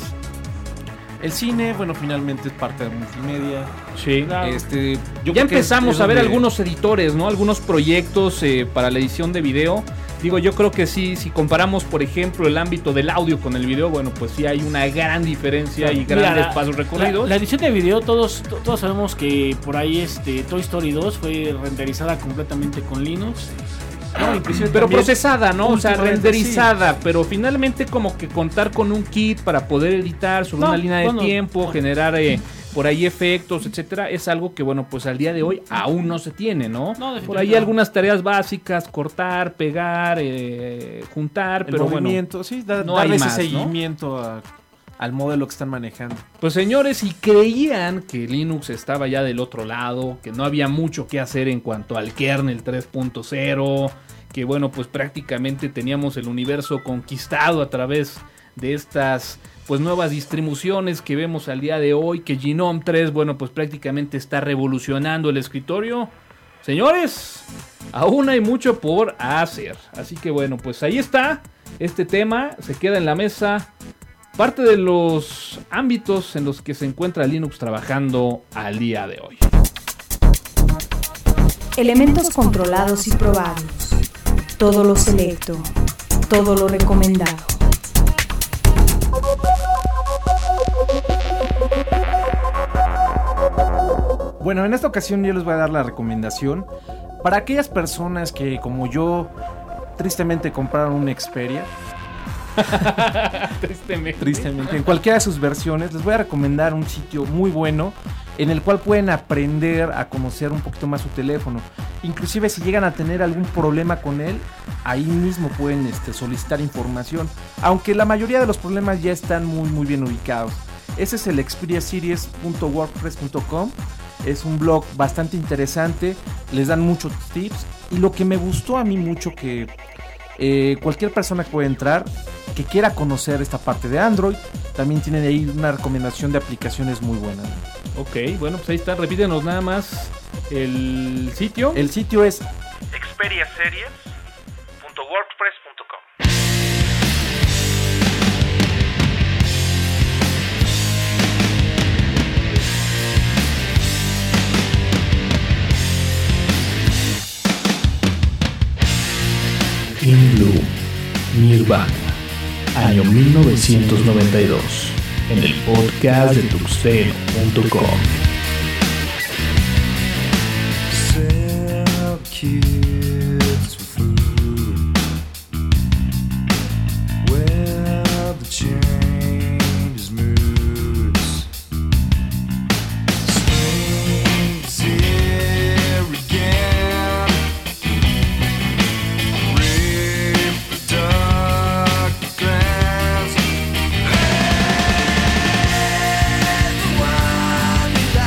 El cine, bueno, finalmente es parte de multimedia. Sí. Claro. Este, yo Ya creo que empezamos es- es a ver donde- algunos editores, ¿no? Algunos proyectos eh, para la edición de video. Digo, yo creo que sí, si comparamos, por ejemplo, el ámbito del audio con el video, bueno, pues sí hay una gran diferencia y Mira, grandes la- pasos recorridos. La, la edición de video, todos, to- todos sabemos que por ahí este Toy Story dos fue renderizada completamente con Linux. No, inclusive Pero también- procesada, ¿no? O sea, últimamente, renderizada, pero finalmente como que contar con un kit para poder editar sobre No, una línea de bueno, tiempo, bueno. generar eh, por ahí efectos, etcétera, es algo que, bueno, pues al día de hoy aún no se tiene, ¿no? No, por ahí definitivamente. algunas tareas básicas, cortar, pegar, eh, juntar, el pero bueno. movimiento, sí, da- no darle hay ese más, ¿no? seguimiento a- al modelo que están manejando. Pues señores, si creían que Linux estaba ya del otro lado, que no había mucho que hacer en cuanto al kernel tres punto cero, que bueno, pues prácticamente teníamos el universo conquistado a través de estas pues nuevas distribuciones que vemos al día de hoy, que Gnome tres, bueno, pues prácticamente está revolucionando el escritorio. Señores, aún hay mucho por hacer. Así que bueno, pues ahí está este tema, se queda en la mesa. Parte de los ámbitos en los que se encuentra Linux trabajando al día de hoy. Elementos controlados y probados. Todo lo selecto. Todo lo recomendado. Bueno, en esta ocasión yo les voy a dar la recomendación para aquellas personas que, como yo, tristemente compraron un Xperia. Tristemente. Tristemente, en cualquiera de sus versiones, les voy a recomendar un sitio muy bueno en el cual pueden aprender a conocer un poquito más su teléfono. Inclusive si llegan a tener algún problema con él, ahí mismo pueden este, solicitar información, aunque la mayoría de los problemas ya están muy muy bien ubicados. Ese es el xperia series punto wordpress punto com. Es un blog bastante interesante, les dan muchos tips, y lo que me gustó a mí mucho, que eh, cualquier persona que puede entrar, que quiera conocer esta parte de Android, también tienen ahí una recomendación de aplicaciones muy buenas. Ok, bueno, pues ahí está, repítenos nada más el sitio. El sitio es xperia series punto wordpress punto com. In Blue, Nirvana, año mil novecientos noventa y dos, en el podcast de tuxteno punto com. Sell kids for food. Well, the change moods. Spring's here again. Reap the dark grass. Let the one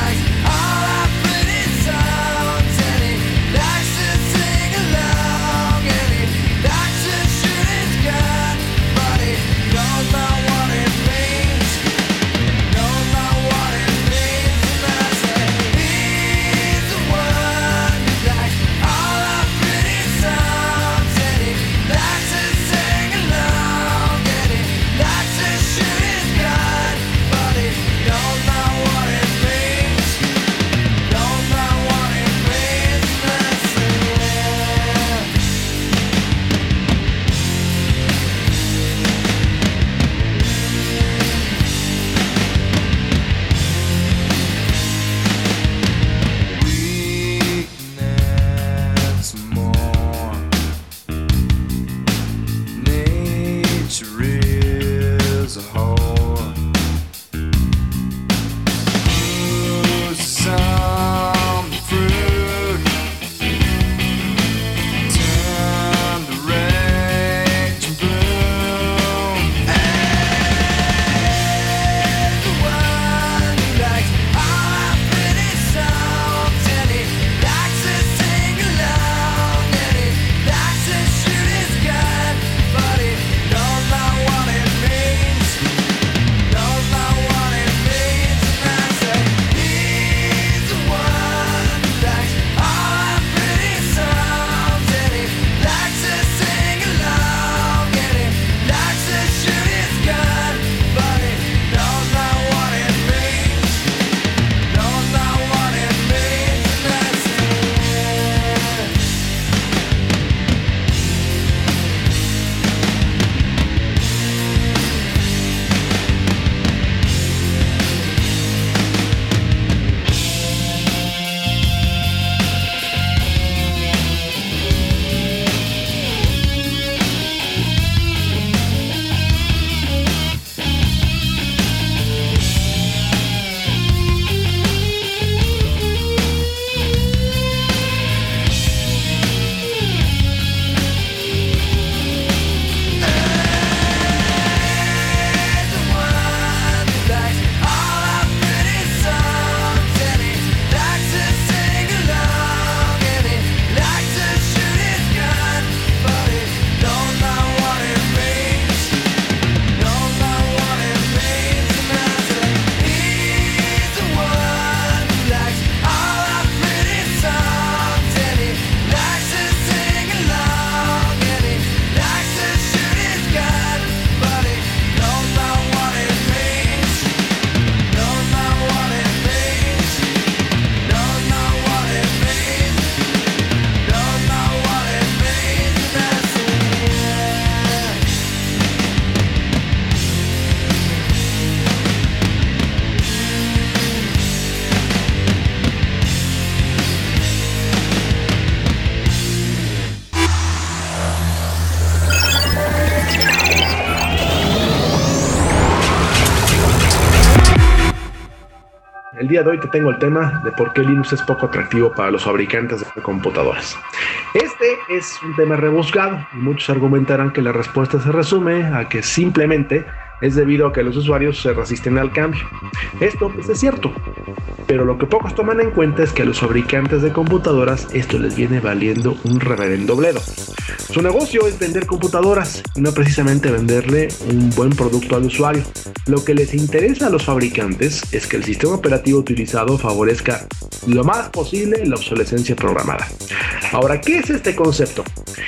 día de hoy te tengo el tema de por qué Linux es poco atractivo para los fabricantes de computadoras. Este es un tema rebuscado y muchos argumentarán que la respuesta se resume a que simplemente es debido a que los usuarios se resisten al cambio. Esto pues, es cierto, pero lo que pocos toman en cuenta es que a los fabricantes de computadoras esto les viene valiendo un reverendo bledo. Su negocio es vender computadoras y no precisamente venderle un buen producto al usuario. Lo que les interesa a los fabricantes es que el sistema operativo utilizado favorezca lo más posible la obsolescencia programada. Ahora, ¿qué es este concepto?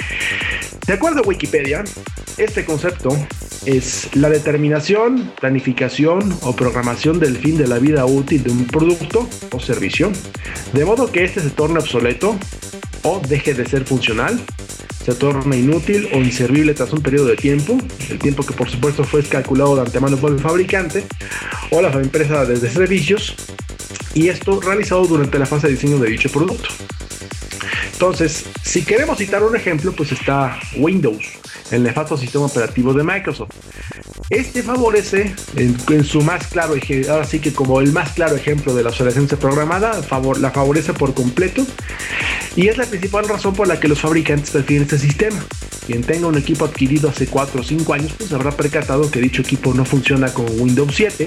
De acuerdo a Wikipedia, este concepto es la determinación, planificación o programación del fin de la vida útil de un producto o servicio, de modo que este se torne obsoleto o deje de ser funcional, se torne inútil o inservible tras un periodo de tiempo, el tiempo que por supuesto fue calculado de antemano por el fabricante o la empresa de servicios, y esto realizado durante la fase de diseño de dicho producto. Entonces, si queremos citar un ejemplo, pues está Windows, el nefasto sistema operativo de Microsoft. Este favorece, en, en su más claro ejemplo, ahora sí que como el más claro ejemplo de la obsolescencia programada, favor, la favorece por completo, y es la principal razón por la que los fabricantes prefieren este sistema. Quien tenga un equipo adquirido hace cuatro o cinco años, pues habrá percatado que dicho equipo no funciona con Windows siete.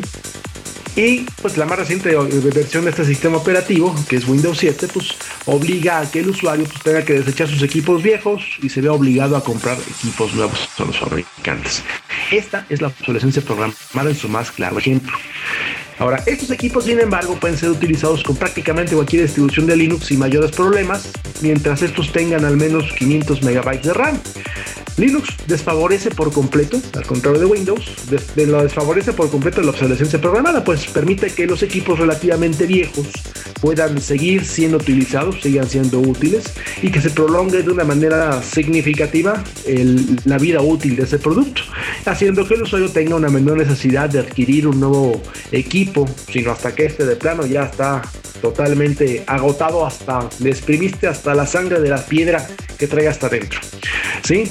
Y pues la más reciente versión de este sistema operativo, que es Windows siete, pues obliga a que el usuario pues, tenga que desechar sus equipos viejos y se vea obligado a comprar equipos nuevos a los fabricantes. Esta es la obsolescencia programada en su más claro ejemplo. Ahora, estos equipos, sin embargo, pueden ser utilizados con prácticamente cualquier distribución de Linux sin mayores problemas, mientras estos tengan al menos quinientos megabytes de RAM. Linux desfavorece por completo, al contrario de Windows, des- de lo desfavorece por completo la obsolescencia programada, pues permite que los equipos relativamente viejos puedan seguir siendo utilizados, sigan siendo útiles y que se prolongue de una manera significativa el, la vida útil de ese producto, haciendo que el usuario tenga una menor necesidad de adquirir un nuevo equipo, sino hasta que este de plano ya está totalmente agotado, hasta le exprimiste hasta la sangre de la piedra que trae hasta adentro, ¿sí?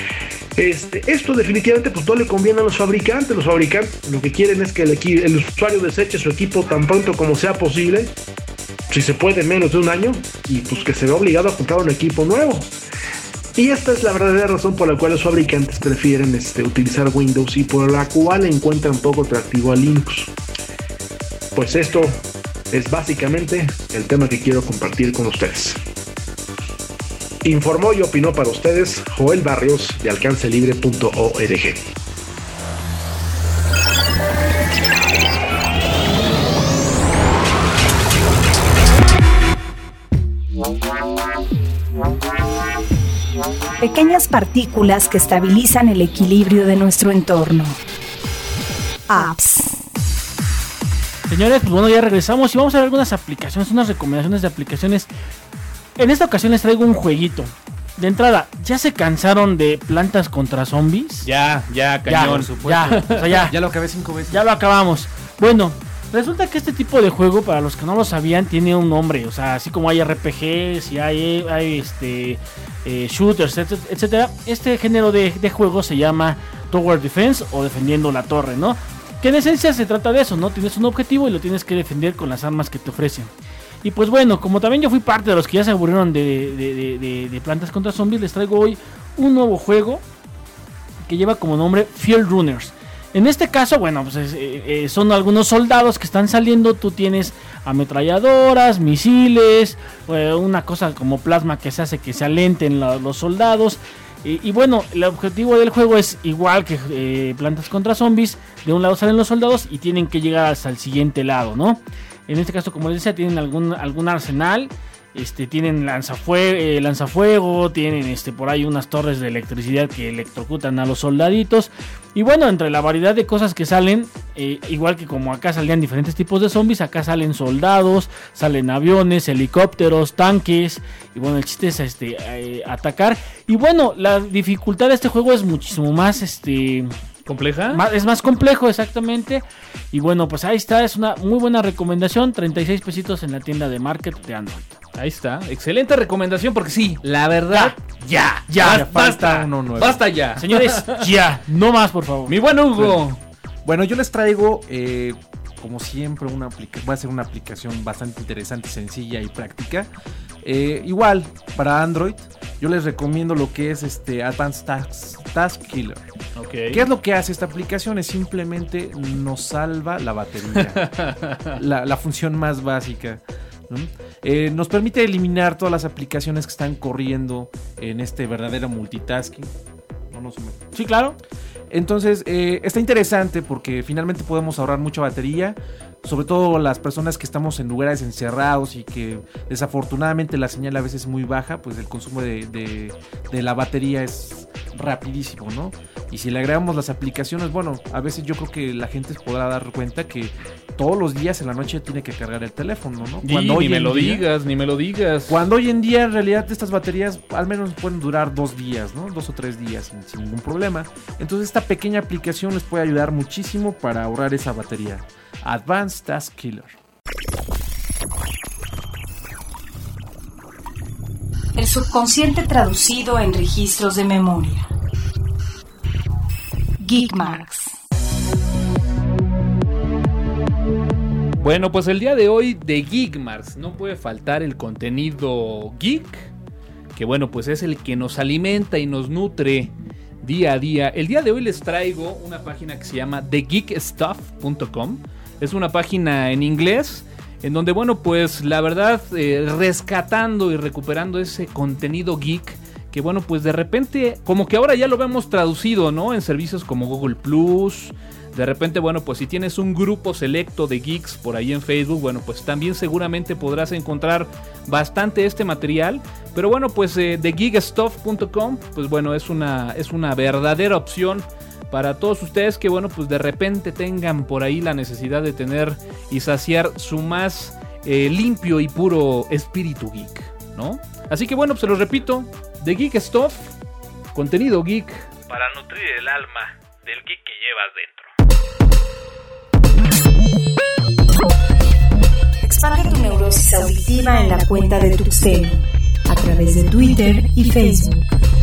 Este, esto definitivamente pues no le conviene a los fabricantes. Los fabricantes lo que quieren es que el, equi- el usuario deseche su equipo tan pronto como sea posible, si se puede en menos de un año, y pues que se vea obligado a comprar un equipo nuevo. Y esta es la verdadera razón por la cual los fabricantes prefieren este, utilizar Windows y por la cual encuentran poco atractivo a Linux. Pues esto es básicamente el tema que quiero compartir con ustedes. Informó y opinó para ustedes Joel Barrios de alcance libre punto org. Pequeñas partículas que estabilizan el equilibrio de nuestro entorno. Apps. Señores, pues bueno, ya regresamos y vamos a ver algunas aplicaciones, unas recomendaciones de aplicaciones. En esta ocasión les traigo un jueguito. De entrada, ¿ya se cansaron de Plantas contra Zombies? Ya, ya, Ya, cañón. por supuesto. Ya, o sea, ya. Ya lo acabé cinco veces. Ya lo acabamos. Bueno, resulta que este tipo de juego, para los que no lo sabían, tiene un nombre. O sea, así como hay R P Gs y hay, hay este, eh, shooters, etcétera. Este género de, de juego se llama Tower Defense o Defendiendo la Torre, ¿no? Que en esencia se trata de eso, ¿no? Tienes un objetivo y lo tienes que defender con las armas que te ofrecen. Y pues bueno, como también yo fui parte de los que ya se aburrieron de, de, de, de, de Plantas contra Zombies, les traigo hoy un nuevo juego que lleva como nombre Field Runners. En este caso, bueno, pues es, eh, son algunos soldados que están saliendo. Tú tienes ametralladoras, misiles, eh, una cosa como plasma que se hace que se alenten la, los soldados. Y, y bueno, el objetivo del juego es igual que eh, Plantas contra Zombies. De un lado salen los soldados y tienen que llegar hasta el siguiente lado, ¿no? En este caso, como les decía, tienen algún, algún arsenal. Este, tienen lanzafue- eh, lanzafuego, tienen este, por ahí unas torres de electricidad que electrocutan a los soldaditos. Y bueno, entre la variedad de cosas que salen, eh, igual que como acá salían diferentes tipos de zombies, acá salen soldados, salen aviones, helicópteros, tanques. Y bueno, el chiste es este, eh, atacar. Y bueno, la dificultad de este juego es muchísimo más... Este, ¿Compleja? Más, es más complejo, exactamente. Y bueno, pues ahí está, es una muy buena recomendación. treinta y seis pesitos en la tienda de Market de Android. Ahí está, excelente recomendación porque sí, la verdad, ya, ya, ya, falta basta, uno nuevo. basta ya. Señores, ya, no más por favor. Mi buen Hugo. Bueno, yo les traigo eh, como siempre, una aplica- va a ser una aplicación bastante interesante, sencilla y práctica. Eh, igual, para Android, yo les recomiendo lo que es este Advanced Task, Task Killer. Okay. ¿Qué es lo que hace esta aplicación? Es simplemente nos salva la batería. la, la función más básica, ¿no? Eh, nos permite eliminar todas las aplicaciones que están corriendo en este verdadero multitasking. ¿No nos sume? Sí, claro. Entonces, eh, está interesante porque finalmente podemos ahorrar mucha batería, sobre todo las personas que estamos en lugares encerrados y que desafortunadamente la señal a veces es muy baja, pues el consumo de, de, de la batería es rapidísimo, ¿no? Y si le agregamos las aplicaciones, bueno, a veces yo creo que la gente se podrá dar cuenta que todos los días en la noche tiene que cargar el teléfono, ¿no? Y, Cuando ni hoy me en lo día- digas, ni me lo digas. Cuando hoy en día en realidad estas baterías al menos pueden durar dos días, ¿no? Dos o tres días sin, sin ningún problema. Entonces esta pequeña aplicación les puede ayudar muchísimo para ahorrar esa batería. Advanced Task Killer. El subconsciente traducido en registros de memoria. Geekmarks. Bueno, pues el día de hoy de Geekmarks no puede faltar el contenido geek, que bueno, pues es el que nos alimenta y nos nutre día a día. El día de hoy les traigo una página que se llama the geek stuff punto com. Es una página en inglés en donde, bueno, pues la verdad, eh, rescatando y recuperando ese contenido geek que, bueno, pues de repente, como que ahora ya lo vemos traducido, ¿no? En servicios como Google Plus. De repente, bueno, pues si tienes un grupo selecto de geeks por ahí en Facebook, bueno, pues también seguramente podrás encontrar bastante este material. Pero bueno, pues eh, the geek stuff punto com, pues bueno, es una, es una verdadera opción para todos ustedes que, bueno, pues de repente tengan por ahí la necesidad de tener y saciar su más eh, limpio y puro espíritu geek, ¿no? Así que bueno, pues se los repito, The Geek Stuff, contenido geek Para nutrir el alma del geek que llevas dentro. Expande tu neurosis auditiva en la cuenta de Tuxteno, a través de Twitter y Facebook.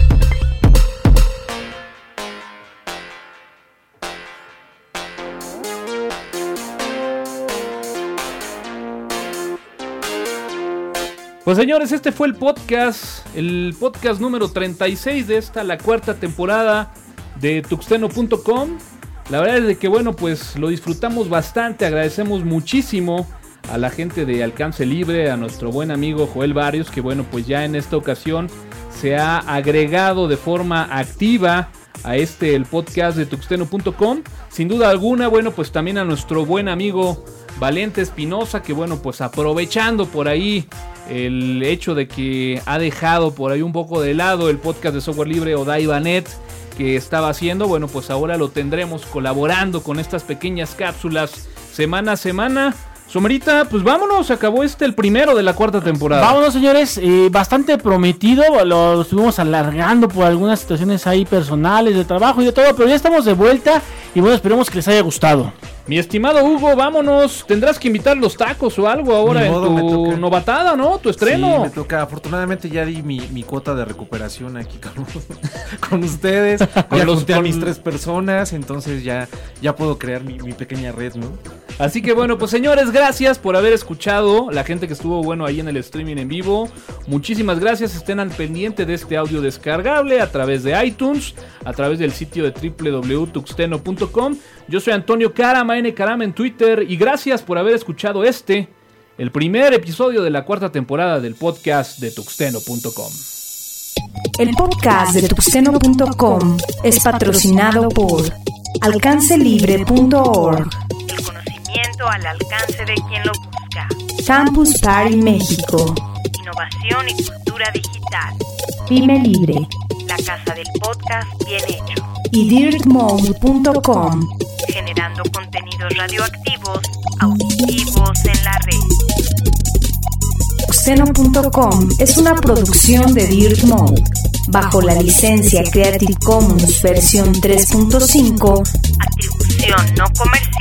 Pues señores, este fue el podcast, el podcast número treinta y seis de esta, la cuarta temporada de tuxteno punto com. La verdad es de que, bueno, pues lo disfrutamos bastante, agradecemos muchísimo a la gente de Alcance Libre, a nuestro buen amigo Joel Barrios, que bueno, pues ya en esta ocasión se ha agregado de forma activa a este, el podcast de tuxteno punto com. Sin duda alguna, bueno, pues también a nuestro buen amigo Valente Espinosa, que bueno, pues aprovechando por ahí el hecho de que ha dejado por ahí un poco de lado el podcast de software libre Odaibanet que estaba haciendo, bueno, pues ahora lo tendremos colaborando con estas pequeñas cápsulas semana a semana. Somerita, pues vámonos, acabó este el primero de la cuarta temporada. Vámonos, señores, eh, bastante prometido, lo estuvimos alargando por algunas situaciones ahí personales, de trabajo y de todo, pero ya estamos de vuelta y bueno, esperemos que les haya gustado. Mi estimado Hugo, vámonos. Tendrás que invitar los tacos o algo ahora Ni en modo, me tu toca. novatada, ¿no? Tu estreno. Sí, me toca. Afortunadamente ya di mi, mi cuota de recuperación aquí con, con ustedes. Con ya los- junté a con- mis tres personas, entonces ya, ya puedo crear mi, mi pequeña red, ¿no? Así que bueno, pues señores, gracias por haber escuchado. La gente que estuvo, bueno, ahí en el streaming en vivo, muchísimas gracias. Estén al pendiente de este audio descargable a través de iTunes, a través del sitio de doble u doble u doble u punto tuxteno punto com. Yo soy Antonio Carama, N Carama en Twitter, y gracias por haber escuchado este, el primer episodio de la cuarta temporada del podcast de tuxteno punto com. El podcast de tuxteno punto com es patrocinado por alcance libre punto org, El conocimiento al alcance de quien lo busca. Campus Party México, Innovación y cultura digital. Pyme Libre La casa del podcast bien hecho. y dirt mode punto com. Generando contenidos radioactivos, auditivos en la red. tuxteno punto com es una producción de Dirt Mode, bajo la licencia Creative Commons versión tres punto cinco. Atribución no comercial.